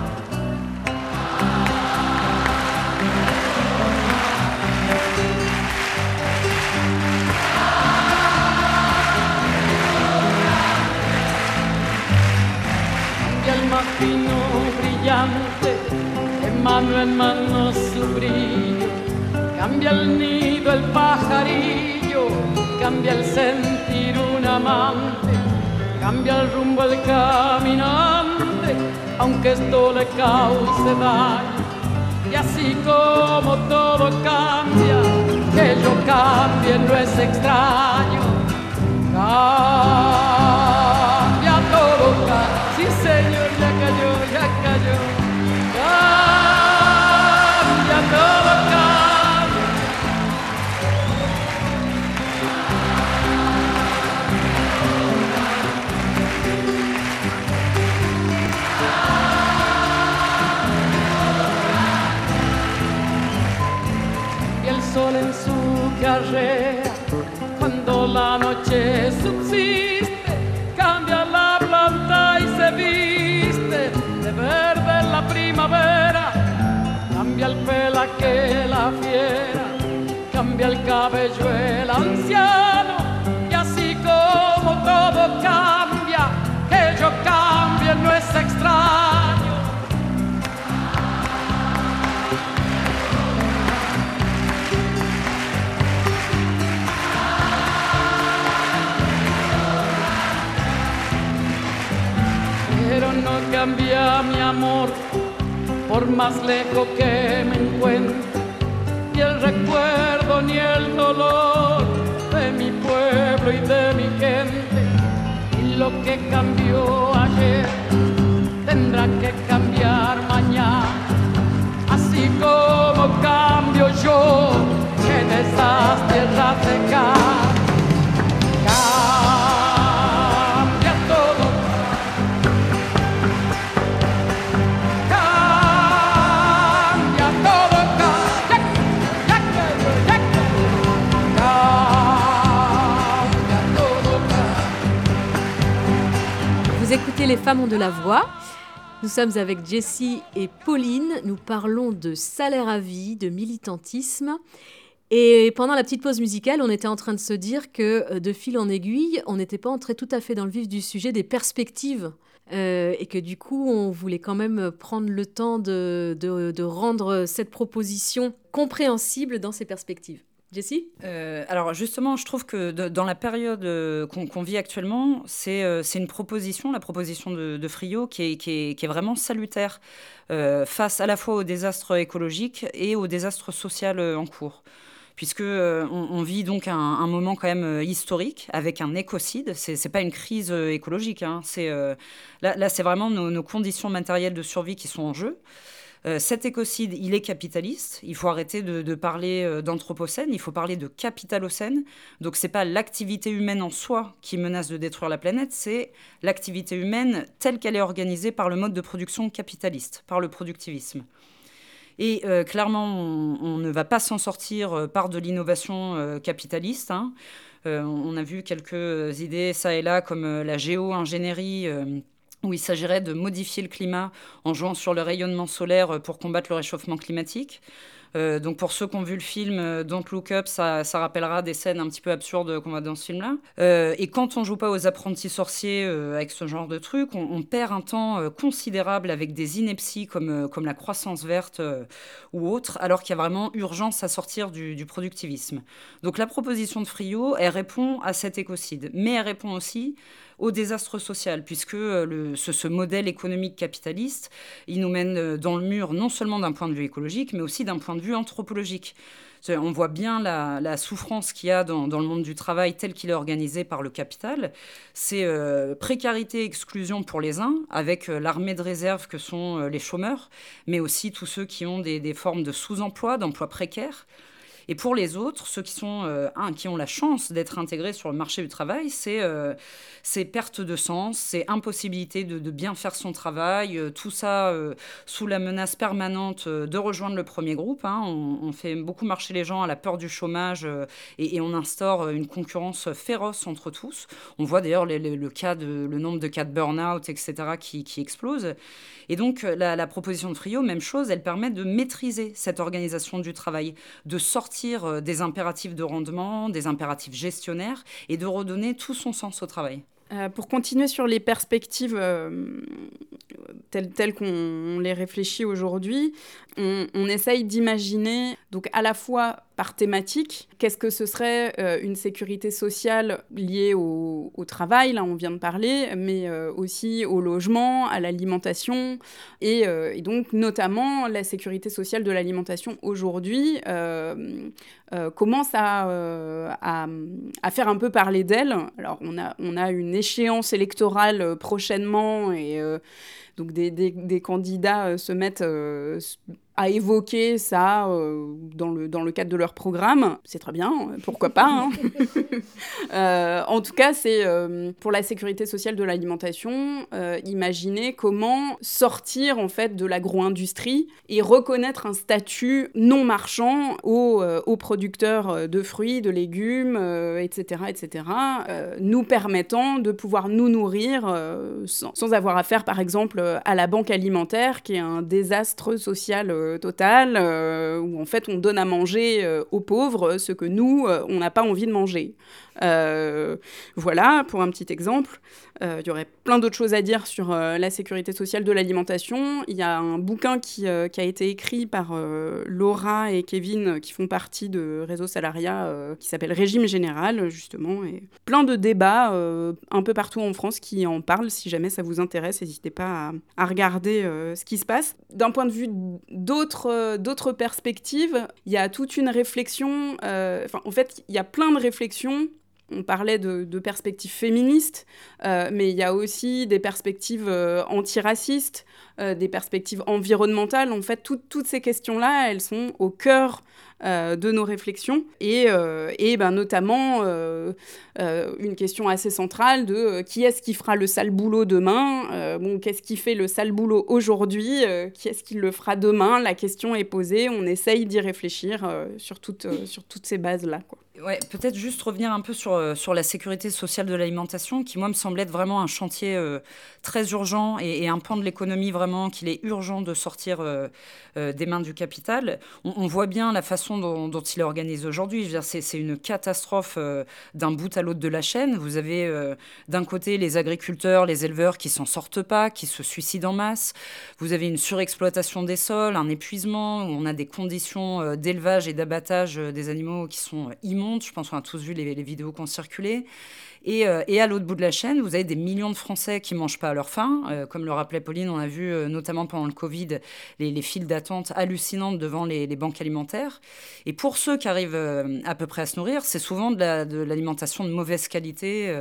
El más fino brillante, de mano en mano su brillo, cambia el nido el pajarillo, cambia el sentir un amante, cambia el rumbo el caminante, aunque esto le cause daño. Y así como todo cambia, que yo cambie no es extraño. Cambia todo, cambia. Sí, señor, ya cayó, ya cayó. Cambia todo, cambia. Y el sol en su carrera, cuando la noche subsiste, cambia la planta y se viste de verde en la primavera, cambia el pelaje la fiera, cambia el cabello el anciano, y así como todo cambia, que yo cambie no es extraño. Pero no cambia mi amor, por más lejos que me encuentre, ni el recuerdo ni el dolor de mi pueblo y de mi gente. Y lo que cambió ayer tendrá que cambiar mañana, así como cambio yo en esas tierras de Cambia todo. Vous écoutez Les Femmes ont de la voix. Nous sommes avec Jessie et Pauline. Nous parlons de salaire à vie, de militantisme. Et pendant la petite pause musicale, on était en train de se dire que de fil en aiguille, on n'était pas entré tout à fait dans le vif du sujet des perspectives et que du coup, on voulait quand même prendre le temps de rendre cette proposition compréhensible dans ses perspectives. Jessie ? Alors justement, je trouve que dans la période qu'on vit actuellement, c'est une proposition, la proposition de Friot, qui est vraiment salutaire face à la fois au désastre écologique et au désastre social en cours. Puisque on vit donc un moment quand même historique avec un écocide. C'est pas une crise écologique, hein. Là, c'est vraiment nos conditions matérielles de survie qui sont en jeu. Cet écocide, il est capitaliste. Il faut arrêter de parler d'anthropocène, il faut parler de capitalocène. Donc c'est pas l'activité humaine en soi qui menace de détruire la planète, c'est l'activité humaine telle qu'elle est organisée par le mode de production capitaliste, par le productivisme. Et clairement, on ne va pas s'en sortir par de l'innovation capitaliste, hein. On a vu quelques idées ça et là, comme la géo-ingénierie, où il s'agirait de modifier le climat en jouant sur le rayonnement solaire pour combattre le réchauffement climatique. Donc pour ceux qui ont vu le film Don't Look Up, ça rappellera des scènes un petit peu absurdes qu'on voit dans ce film-là. Et quand on joue pas aux apprentis sorciers avec ce genre de truc, on perd un temps considérable avec des inepties comme la croissance verte ou autre, alors qu'il y a vraiment urgence à sortir du productivisme. Donc la proposition de Friot, elle répond à cet écocide, mais elle répond aussi au désastre social, puisque ce modèle économique capitaliste, il nous mène dans le mur non seulement d'un point de vue écologique, mais aussi d'un point de vue anthropologique. On voit bien la souffrance qu'il y a dans le monde du travail tel qu'il est organisé par le capital. C'est précarité, exclusion pour les uns, avec l'armée de réserve que sont les chômeurs, mais aussi tous ceux qui ont des formes de sous-emploi, d'emploi précaires. Et pour les autres, ceux qui ont la chance d'être intégrés sur le marché du travail, c'est perte de sens, c'est impossibilité de bien faire son travail, tout ça sous la menace permanente de rejoindre le premier groupe, hein. On fait beaucoup marcher les gens à la peur du chômage et on instaure une concurrence féroce entre tous. On voit d'ailleurs le nombre de cas de burn-out, etc., qui explose. Et donc, la proposition de Friot, même chose, elle permet de maîtriser cette organisation du travail, de sortir des impératifs de rendement, des impératifs gestionnaires, et de redonner tout son sens au travail. Pour continuer sur les perspectives telles qu'on les réfléchit aujourd'hui, on essaye d'imaginer, donc à la fois par thématique, qu'est-ce que ce serait une sécurité sociale liée au travail, là on vient de parler, mais aussi au logement, à l'alimentation, et donc notamment la sécurité sociale de l'alimentation aujourd'hui commence à faire un peu parler d'elle. Alors on a une échéance électorale prochainement, et donc des candidats se mettent à évoquer ça dans le cadre de leur programme. C'est très bien, pourquoi pas, hein. En tout cas, c'est pour la sécurité sociale de l'alimentation, imaginer comment sortir en fait de l'agro-industrie et reconnaître un statut non marchand aux producteurs de fruits, de légumes, etc., nous permettant de pouvoir nous nourrir sans avoir affaire, par exemple, à la banque alimentaire, qui est un désastre social total, où en fait on donne à manger aux pauvres ce que nous, on n'a pas envie de manger. Voilà, pour un petit exemple. Il y aurait plein d'autres choses à dire sur la sécurité sociale de l'alimentation. Il y a un bouquin qui a été écrit par Laura et Kevin, qui font partie de Réseau Salariat, qui s'appelle Régime Général, justement. Et plein de débats un peu partout en France qui en parlent. Si jamais ça vous intéresse, n'hésitez pas à regarder ce qui se passe. D'un point de vue d'autres perspectives, il y a toute une réflexion. En fait, il y a plein de réflexions. On parlait de perspectives féministes, mais il y a aussi des perspectives antiracistes, des perspectives environnementales. En fait, toutes ces questions-là, elles sont au cœur de nos réflexions. Et notamment, une question assez centrale de qui est-ce qui fera le sale boulot demain ? Qu'est-ce qui fait le sale boulot aujourd'hui ? Qui est-ce qui le fera demain ? La question est posée, on essaye d'y réfléchir sur toutes ces bases-là, quoi. Ouais, peut-être juste revenir un peu sur la sécurité sociale de l'alimentation, qui, moi, me semble être vraiment un chantier très urgent et un pan de l'économie vraiment notamment qu'il est urgent de sortir des mains du capital. On voit bien la façon dont il est organisé aujourd'hui. Je veux dire, c'est une catastrophe d'un bout à l'autre de la chaîne. Vous avez d'un côté les agriculteurs, les éleveurs qui s'en sortent pas, qui se suicident en masse. Vous avez une surexploitation des sols, un épuisement, où on a des conditions d'élevage et d'abattage des animaux qui sont immondes. Je pense qu'on a tous vu les vidéos qui ont circulé. Et à l'autre bout de la chaîne, vous avez des millions de Français qui ne mangent pas à leur faim. Comme le rappelait Pauline, on a vu notamment pendant le Covid les files d'attente hallucinantes devant les banques alimentaires. Et pour ceux qui arrivent à peu près à se nourrir, c'est souvent de l'alimentation de mauvaise qualité.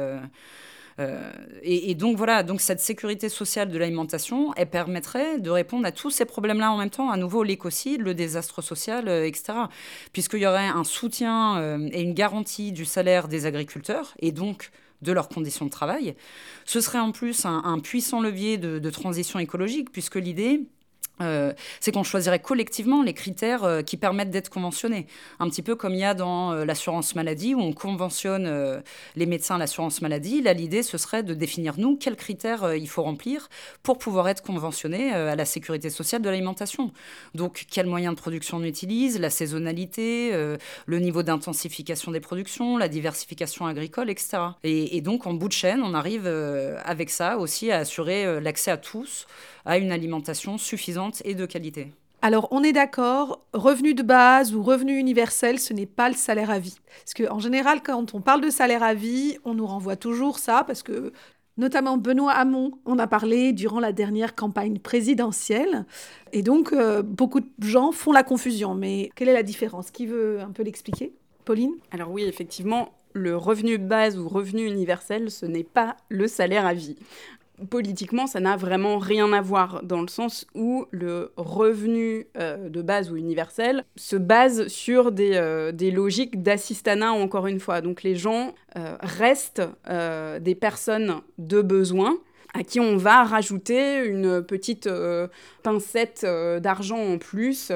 Et donc voilà, donc cette sécurité sociale de l'alimentation, elle permettrait de répondre à tous ces problèmes-là en même temps, à nouveau l'écocide, le désastre social, etc. Puisqu'il y aurait un soutien et une garantie du salaire des agriculteurs, et donc de leurs conditions de travail. Ce serait en plus un puissant levier de transition écologique, puisque l'idée... c'est qu'on choisirait collectivement les critères qui permettent d'être conventionnés. Un petit peu comme il y a dans l'assurance maladie, où on conventionne les médecins à l'assurance maladie. Là, l'idée, ce serait de définir, nous, quels critères il faut remplir pour pouvoir être conventionné à la sécurité sociale de l'alimentation. Donc, quels moyens de production on utilise, la saisonnalité, le niveau d'intensification des productions, la diversification agricole, etc. Et donc, en bout de chaîne, on arrive avec ça aussi à assurer l'accès à tous à une alimentation suffisante et de qualité. Alors, on est d'accord, revenu de base ou revenu universel, ce n'est pas le salaire à vie. Parce qu'en général, quand on parle de salaire à vie, on nous renvoie toujours ça, parce que notamment Benoît Hamon en a parlé durant la dernière campagne présidentielle. Et donc, beaucoup de gens font la confusion. Mais quelle est la différence ? Qui veut un peu l'expliquer ? Pauline ? Alors oui, effectivement, le revenu de base ou revenu universel, ce n'est pas le salaire à vie. Politiquement, ça n'a vraiment rien à voir, dans le sens où le revenu de base ou universel se base sur des logiques d'assistanat, encore une fois. Donc les gens restent des personnes de besoin à qui on va rajouter une petite pincette d'argent en plus,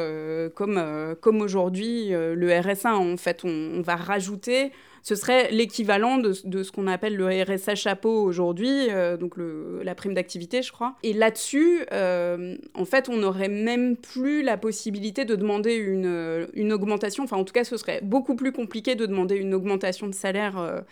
comme aujourd'hui le RSA. En fait, on va rajouter... Ce serait l'équivalent de ce qu'on appelle le RSA chapeau aujourd'hui, donc la prime d'activité, je crois. Et là-dessus, en fait, on n'aurait même plus la possibilité de demander une augmentation. Enfin, en tout cas, ce serait beaucoup plus compliqué de demander une augmentation de salaire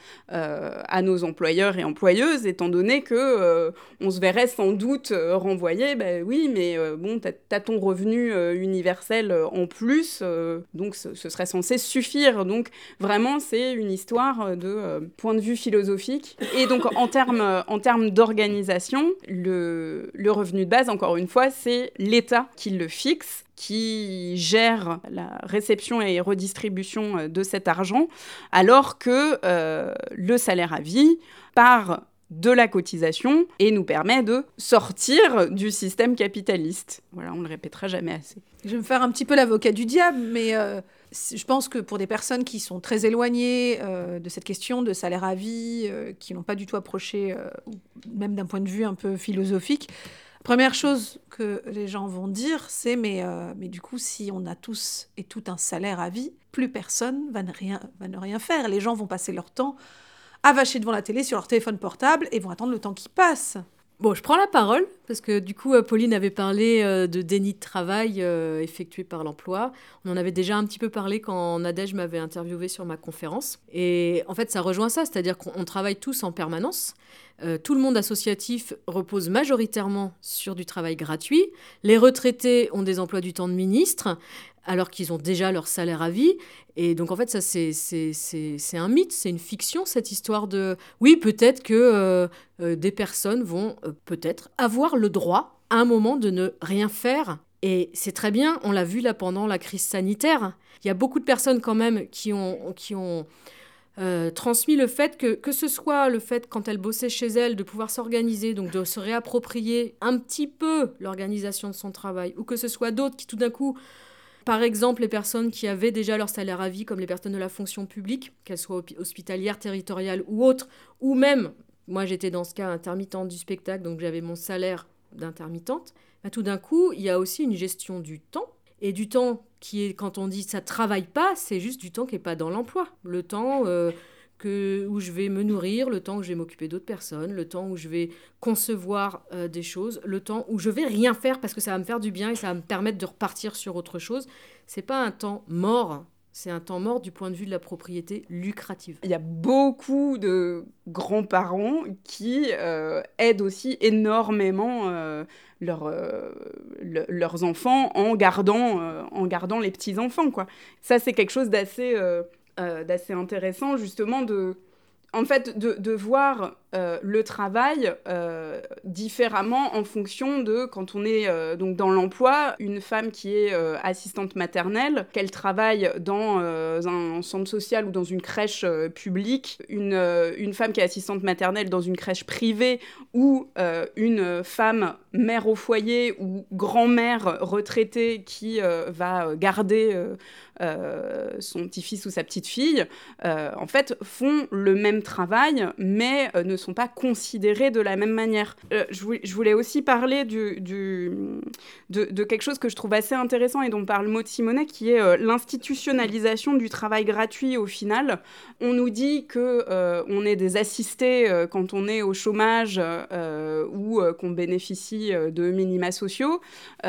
à nos employeurs et employeuses, étant donné que on se verrait sans doute renvoyer. Ben oui, mais bon, t'as ton revenu universel en plus, donc ce serait censé suffire. Donc vraiment, c'est une histoire de point de vue philosophique. Et donc, en termes d'organisation, le revenu de base, encore une fois, c'est l'État qui le fixe, qui gère la réception et redistribution de cet argent, alors que le salaire à vie part de la cotisation et nous permet de sortir du système capitaliste. Voilà, on ne le répétera jamais assez. Je vais me faire un petit peu l'avocat du diable, mais je pense que pour des personnes qui sont très éloignées de cette question de salaire à vie, qui n'ont pas du tout approché, même d'un point de vue un peu philosophique, première chose que les gens vont dire, c'est mais du coup, si on a tous et tout un salaire à vie, plus personne va ne rien faire. Les gens vont passer leur temps à vacher devant la télé sur leur téléphone portable et vont attendre le temps qui passe. Bon, je prends la parole, parce que du coup, Pauline avait parlé de déni de travail effectué par l'emploi. On en avait déjà un petit peu parlé quand Nadège m'avait interviewé sur ma conférence. Et en fait, ça rejoint ça, c'est-à-dire qu'on travaille tous en permanence. Tout le monde associatif repose majoritairement sur du travail gratuit. Les retraités ont des emplois du temps de ministre, alors qu'ils ont déjà leur salaire à vie. Et donc, en fait, ça, c'est un mythe, c'est une fiction, cette histoire de... Oui, peut-être que des personnes vont peut-être avoir le droit, à un moment, de ne rien faire. Et c'est très bien, on l'a vu là pendant la crise sanitaire. Il y a beaucoup de personnes, quand même, qui ont transmis le fait que ce soit le fait, quand elles bossaient chez elles, de pouvoir s'organiser, donc de se réapproprier un petit peu l'organisation de son travail, ou que ce soit d'autres qui, tout d'un coup... Par exemple, les personnes qui avaient déjà leur salaire à vie, comme les personnes de la fonction publique, qu'elles soient hospitalières, territoriales ou autres, ou même, moi j'étais dans ce cas intermittente du spectacle, donc j'avais mon salaire d'intermittente, tout d'un coup, il y a aussi une gestion du temps, et du temps qui est, quand on dit ça travaille pas, c'est juste du temps qui n'est pas dans l'emploi. Le temps où je vais me nourrir, le temps où je vais m'occuper d'autres personnes, le temps où je vais concevoir des choses, le temps où je vais rien faire parce que ça va me faire du bien et ça va me permettre de repartir sur autre chose. C'est pas un temps mort, c'est un temps mort du point de vue de la propriété lucrative. Il y a beaucoup de grands-parents qui aident aussi énormément leurs enfants en gardant les petits-enfants, quoi. Ça, c'est quelque chose d'assez intéressant, justement, de voir le travail différemment en fonction de quand on est donc dans l'emploi, une femme qui est assistante maternelle, qu'elle travaille dans un centre social ou dans une crèche publique, une femme qui est assistante maternelle dans une crèche privée ou une femme mère au foyer ou grand-mère retraitée qui va garder son petit-fils ou sa petite-fille, en fait, font le même travail, mais ne sont pas considérés de la même manière. Je voulais aussi parler de quelque chose que je trouve assez intéressant et dont parle Maud Simonet, qui est l'institutionnalisation du travail gratuit au final. On nous dit qu'on est des assistés quand on est au chômage ou qu'on bénéficie de minima sociaux,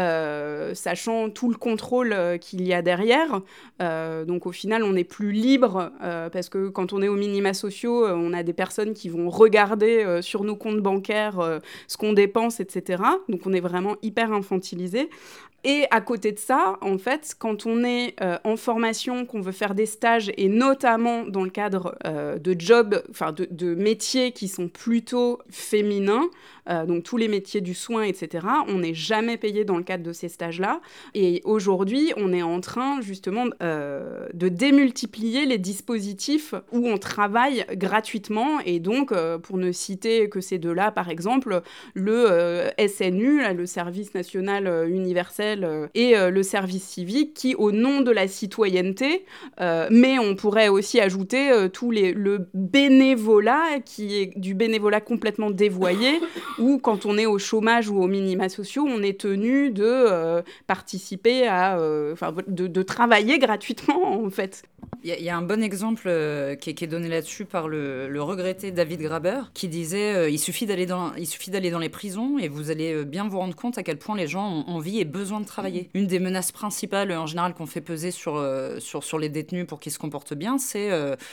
sachant tout le contrôle qu'il y a derrière. Donc au final, on n'est plus libre parce que quand on est aux minima sociaux, on a des personnes qui vont regarder sur nos comptes bancaires ce qu'on dépense, etc. Donc on est vraiment hyper infantilisé. Et à côté de ça, en fait, quand on est en formation, qu'on veut faire des stages, et notamment dans le cadre de jobs, enfin de métiers qui sont plutôt féminins, donc tous les métiers du soin, etc., on n'est jamais payé dans le cadre de ces stages-là. Et aujourd'hui, on est en train, justement, de démultiplier les dispositifs où on travaille gratuitement. Et donc, pour ne citer que ces deux-là, par exemple, le SNU, là, le Service National Universel, et le service civique qui, au nom de la citoyenneté, mais on pourrait aussi ajouter le bénévolat, qui est du bénévolat complètement dévoyé, où quand on est au chômage ou aux minima sociaux, on est tenu de participer de travailler gratuitement, en fait. Il y a un bon exemple qui est donné là-dessus par le regretté David Graeber, qui disait il suffit d'aller dans les prisons et vous allez bien vous rendre compte à quel point les gens ont envie et besoin de travailler. Une des menaces principales en général qu'on fait peser sur les détenus pour qu'ils se comportent bien, c'est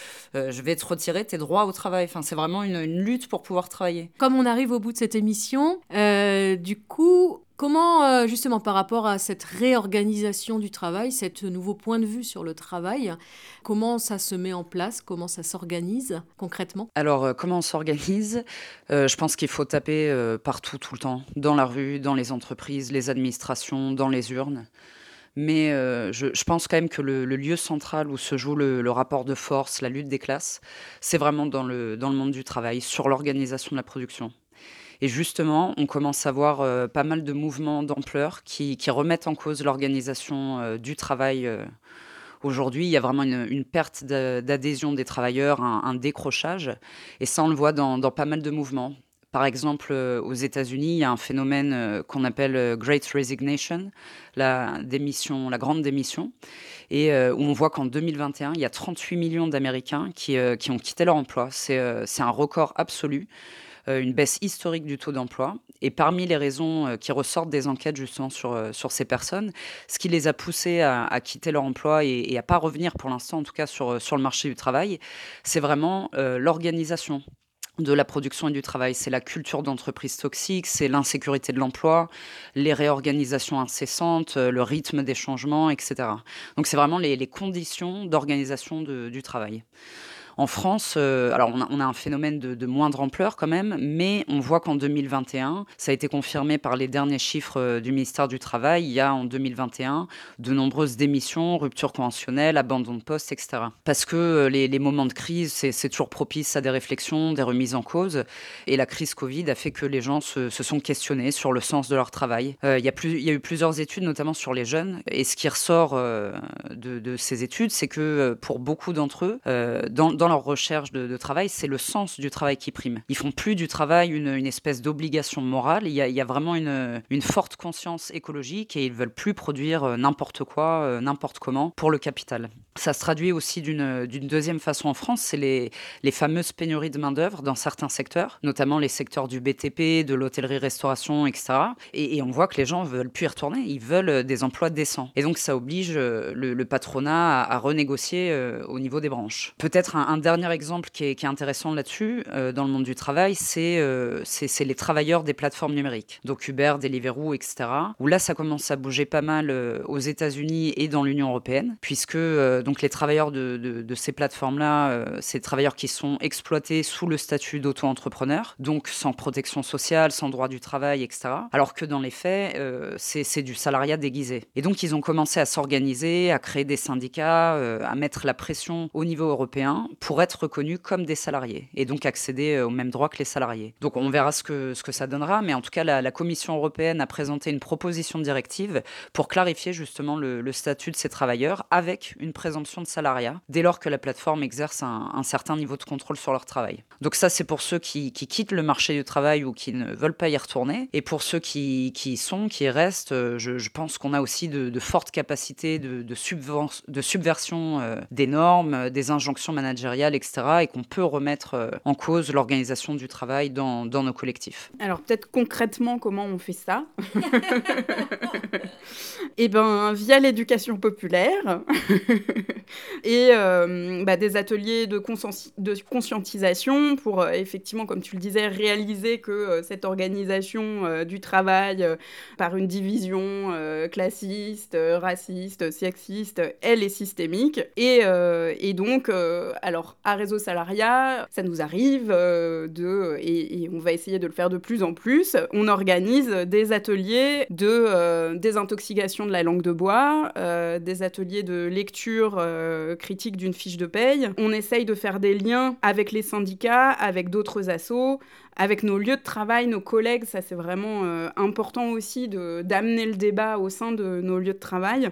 je vais te retirer tes droits au travail. Enfin, c'est vraiment une lutte pour pouvoir travailler. Comme on arrive au bout de cette émission, du coup, comment, justement, par rapport à cette réorganisation du travail, cet nouveau point de vue sur le travail, comment ça se met en place, comment ça s'organise concrètement ? Alors, comment on s'organise ? Je pense qu'il faut taper partout, tout le temps, dans la rue, dans les entreprises, les administrations, dans les urnes. Mais je pense quand même que le lieu central où se joue le rapport de force, la lutte des classes, c'est vraiment dans le monde du travail, sur l'organisation de la production. Et justement, on commence à voir pas mal de mouvements d'ampleur qui remettent en cause l'organisation du travail. Aujourd'hui, il y a vraiment une perte d'adhésion des travailleurs, un décrochage. Et ça, on le voit dans pas mal de mouvements. Par exemple, aux États-Unis, il y a un phénomène qu'on appelle Great Resignation, la grande démission, et où on voit qu'en 2021, il y a 38 millions d'Américains qui ont quitté leur emploi. C'est un record absolu. Une baisse historique du taux d'emploi. Et parmi les raisons qui ressortent des enquêtes justement sur ces personnes, ce qui les a poussés à quitter leur emploi et à ne pas revenir pour l'instant, en tout cas sur le marché du travail, c'est vraiment l'organisation de la production et du travail. C'est la culture d'entreprise toxique, c'est l'insécurité de l'emploi, les réorganisations incessantes, le rythme des changements, etc. Donc c'est vraiment les conditions d'organisation du travail. En France, alors on a un phénomène de moindre ampleur quand même, mais on voit qu'en 2021, ça a été confirmé par les derniers chiffres du ministère du Travail, il y a en 2021 de nombreuses démissions, ruptures conventionnelles, abandon de poste, etc. Parce que les moments de crise, c'est toujours propice à des réflexions, des remises en cause, et la crise Covid a fait que les gens se sont questionnés sur le sens de leur travail. Il y a eu plusieurs études, notamment sur les jeunes, et ce qui ressort de ces études, c'est que pour beaucoup d'entre eux, dans dans leur recherche de travail, c'est le sens du travail qui prime. Ils font plus du travail une espèce d'obligation morale. Il y a vraiment une forte conscience écologique et ils veulent plus produire n'importe quoi, n'importe comment pour le capital. Ça se traduit aussi d'une deuxième façon en France, c'est les fameuses pénuries de main-d'œuvre dans certains secteurs, notamment les secteurs du BTP, de l'hôtellerie-restauration, etc. Et on voit que les gens veulent plus y retourner, ils veulent des emplois décents. Et donc ça oblige le patronat à renégocier au niveau des branches. Peut-être un dernier exemple qui est intéressant là-dessus, dans le monde du travail, c'est les travailleurs des plateformes numériques, donc Uber, Deliveroo, etc. Où là, ça commence à bouger pas mal aux États-Unis et dans l'Union européenne, puisque donc les travailleurs de ces plateformes-là, c'est des travailleurs qui sont exploités sous le statut d'auto-entrepreneur, donc sans protection sociale, sans droit du travail, etc. Alors que dans les faits, c'est du salariat déguisé. Et donc, ils ont commencé à s'organiser, à créer des syndicats, à mettre la pression au niveau européen pour être reconnus comme des salariés et donc accéder aux mêmes droits que les salariés. Donc, on verra ce que ça donnera, mais en tout cas, la Commission européenne a présenté une proposition de directive pour clarifier justement le statut de ces travailleurs avec une présomption de salariat dès lors que la plateforme exerce un certain niveau de contrôle sur leur travail. Donc ça, c'est pour ceux qui quittent le marché du travail ou qui ne veulent pas y retourner. Et pour ceux qui y restent, je pense qu'on a aussi de fortes capacités de subversion des normes, des injonctions managériales, etc. et qu'on peut remettre en cause l'organisation du travail dans nos collectifs. Alors peut-être concrètement, comment on fait ça ? Eh bien, via l'éducation populaire et des ateliers de conscientisation pour effectivement, comme tu le disais, réaliser que cette organisation du travail par une division classiste, raciste, sexiste, elle est systémique. Et donc, alors, à Réseau Salariat, ça nous arrive et on va essayer de le faire de plus en plus. On organise des ateliers de désintoxication de la langue de bois, des ateliers de lecture critique d'une fiche de paye. On essaye de faire des liens avec les syndicats, avec d'autres assos, avec nos lieux de travail, nos collègues. Ça, c'est vraiment important aussi d'amener le débat au sein de nos lieux de travail.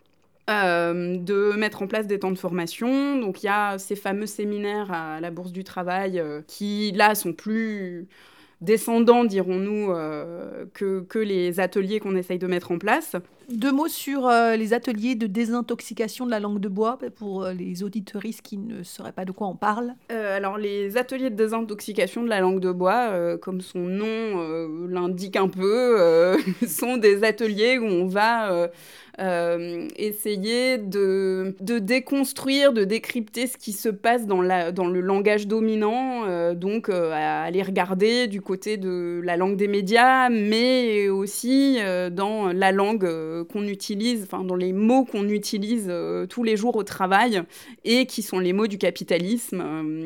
De mettre en place des temps de formation. Donc, il y a ces fameux séminaires à la Bourse du Travail qui, là, sont plus descendants, dirons-nous, que les ateliers qu'on essaye de mettre en place. 2 mots sur les ateliers de désintoxication de la langue de bois, pour les auditeuristes qui ne sauraient pas de quoi on parle. Alors, les ateliers de désintoxication de la langue de bois, comme son nom l'indique un peu, sont des ateliers où on va essayer de déconstruire, de décrypter ce qui se passe dans le langage dominant, donc à aller regarder du côté de la langue des médias, mais aussi dans la langue qu'on utilise, enfin dans les mots qu'on utilise tous les jours au travail et qui sont les mots du capitalisme.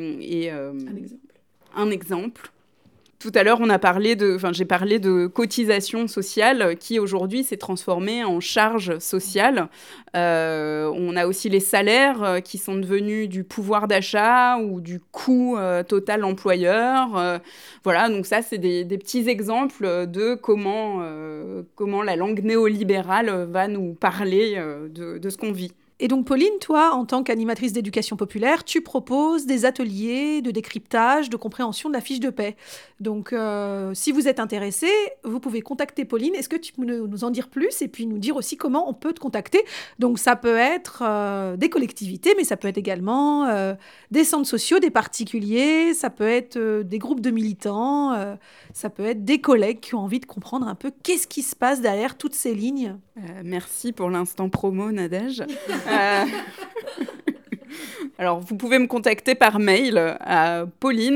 Un exemple. Tout à l'heure, j'ai parlé de cotisation sociale qui aujourd'hui s'est transformée en charge sociale. On a aussi les salaires qui sont devenus du pouvoir d'achat ou du coût total employeur. Voilà, donc ça, c'est des petits exemples de comment la langue néolibérale va nous parler de ce qu'on vit. Et donc, Pauline, toi, en tant qu'animatrice d'éducation populaire, tu proposes des ateliers de décryptage, de compréhension de la fiche de paie. Donc, si vous êtes intéressé, vous pouvez contacter Pauline. Est-ce que tu peux nous en dire plus et puis nous dire aussi comment on peut te contacter ? Donc, ça peut être des collectivités, mais ça peut être également des centres sociaux, des particuliers, ça peut être des groupes de militants, ça peut être des collègues qui ont envie de comprendre un peu qu'est-ce qui se passe derrière toutes ces lignes. Merci pour l'instant promo, Nadège. Alors, vous pouvez me contacter par mail à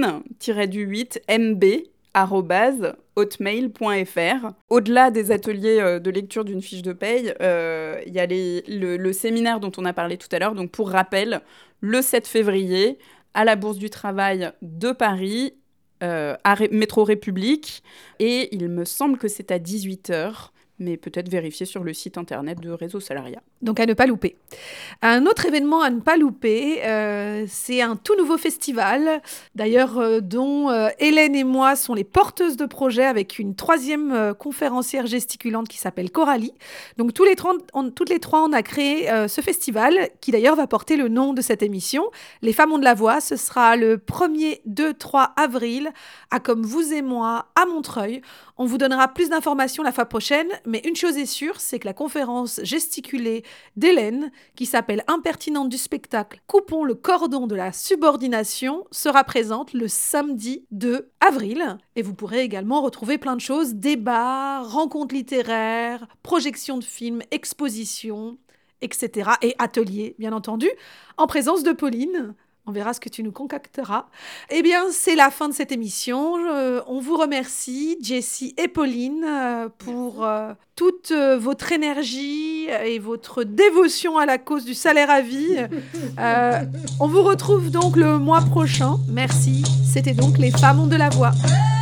pauline-mb@hotmail.fr. Au-delà des ateliers de lecture d'une fiche de paye, il y a le séminaire dont on a parlé tout à l'heure. Donc, pour rappel, le 7 février, à la Bourse du Travail de Paris, à Métro République. Et il me semble que c'est à 18h, mais peut-être vérifier sur le site internet de Réseau Salariat. Donc à ne pas louper. Un autre événement à ne pas louper, c'est un tout nouveau festival, d'ailleurs dont Hélène et moi sont les porteuses de projet avec une troisième conférencière gesticulante qui s'appelle Coralie. Donc toutes les trois, on a créé ce festival qui d'ailleurs va porter le nom de cette émission. Les Femmes ont de la voix, ce sera le 1er, 2, 3 avril à Comme vous et moi à Montreuil. On vous donnera plus d'informations la fois prochaine, mais une chose est sûre, c'est que la conférence gesticulée d'Hélène, qui s'appelle Impertinente du spectacle, coupons le cordon de la subordination, sera présente le samedi 2 avril. Et vous pourrez également retrouver plein de choses, débats, rencontres littéraires, projections de films, expositions, etc. Et ateliers, bien entendu, en présence de Pauline. On verra ce que tu nous concocteras. Eh bien, c'est la fin de cette émission. On vous remercie, Jessie et Pauline, pour toute votre énergie et votre dévotion à la cause du salaire à vie. On vous retrouve donc le mois prochain. Merci. C'était donc Les Femmes ont de la voix.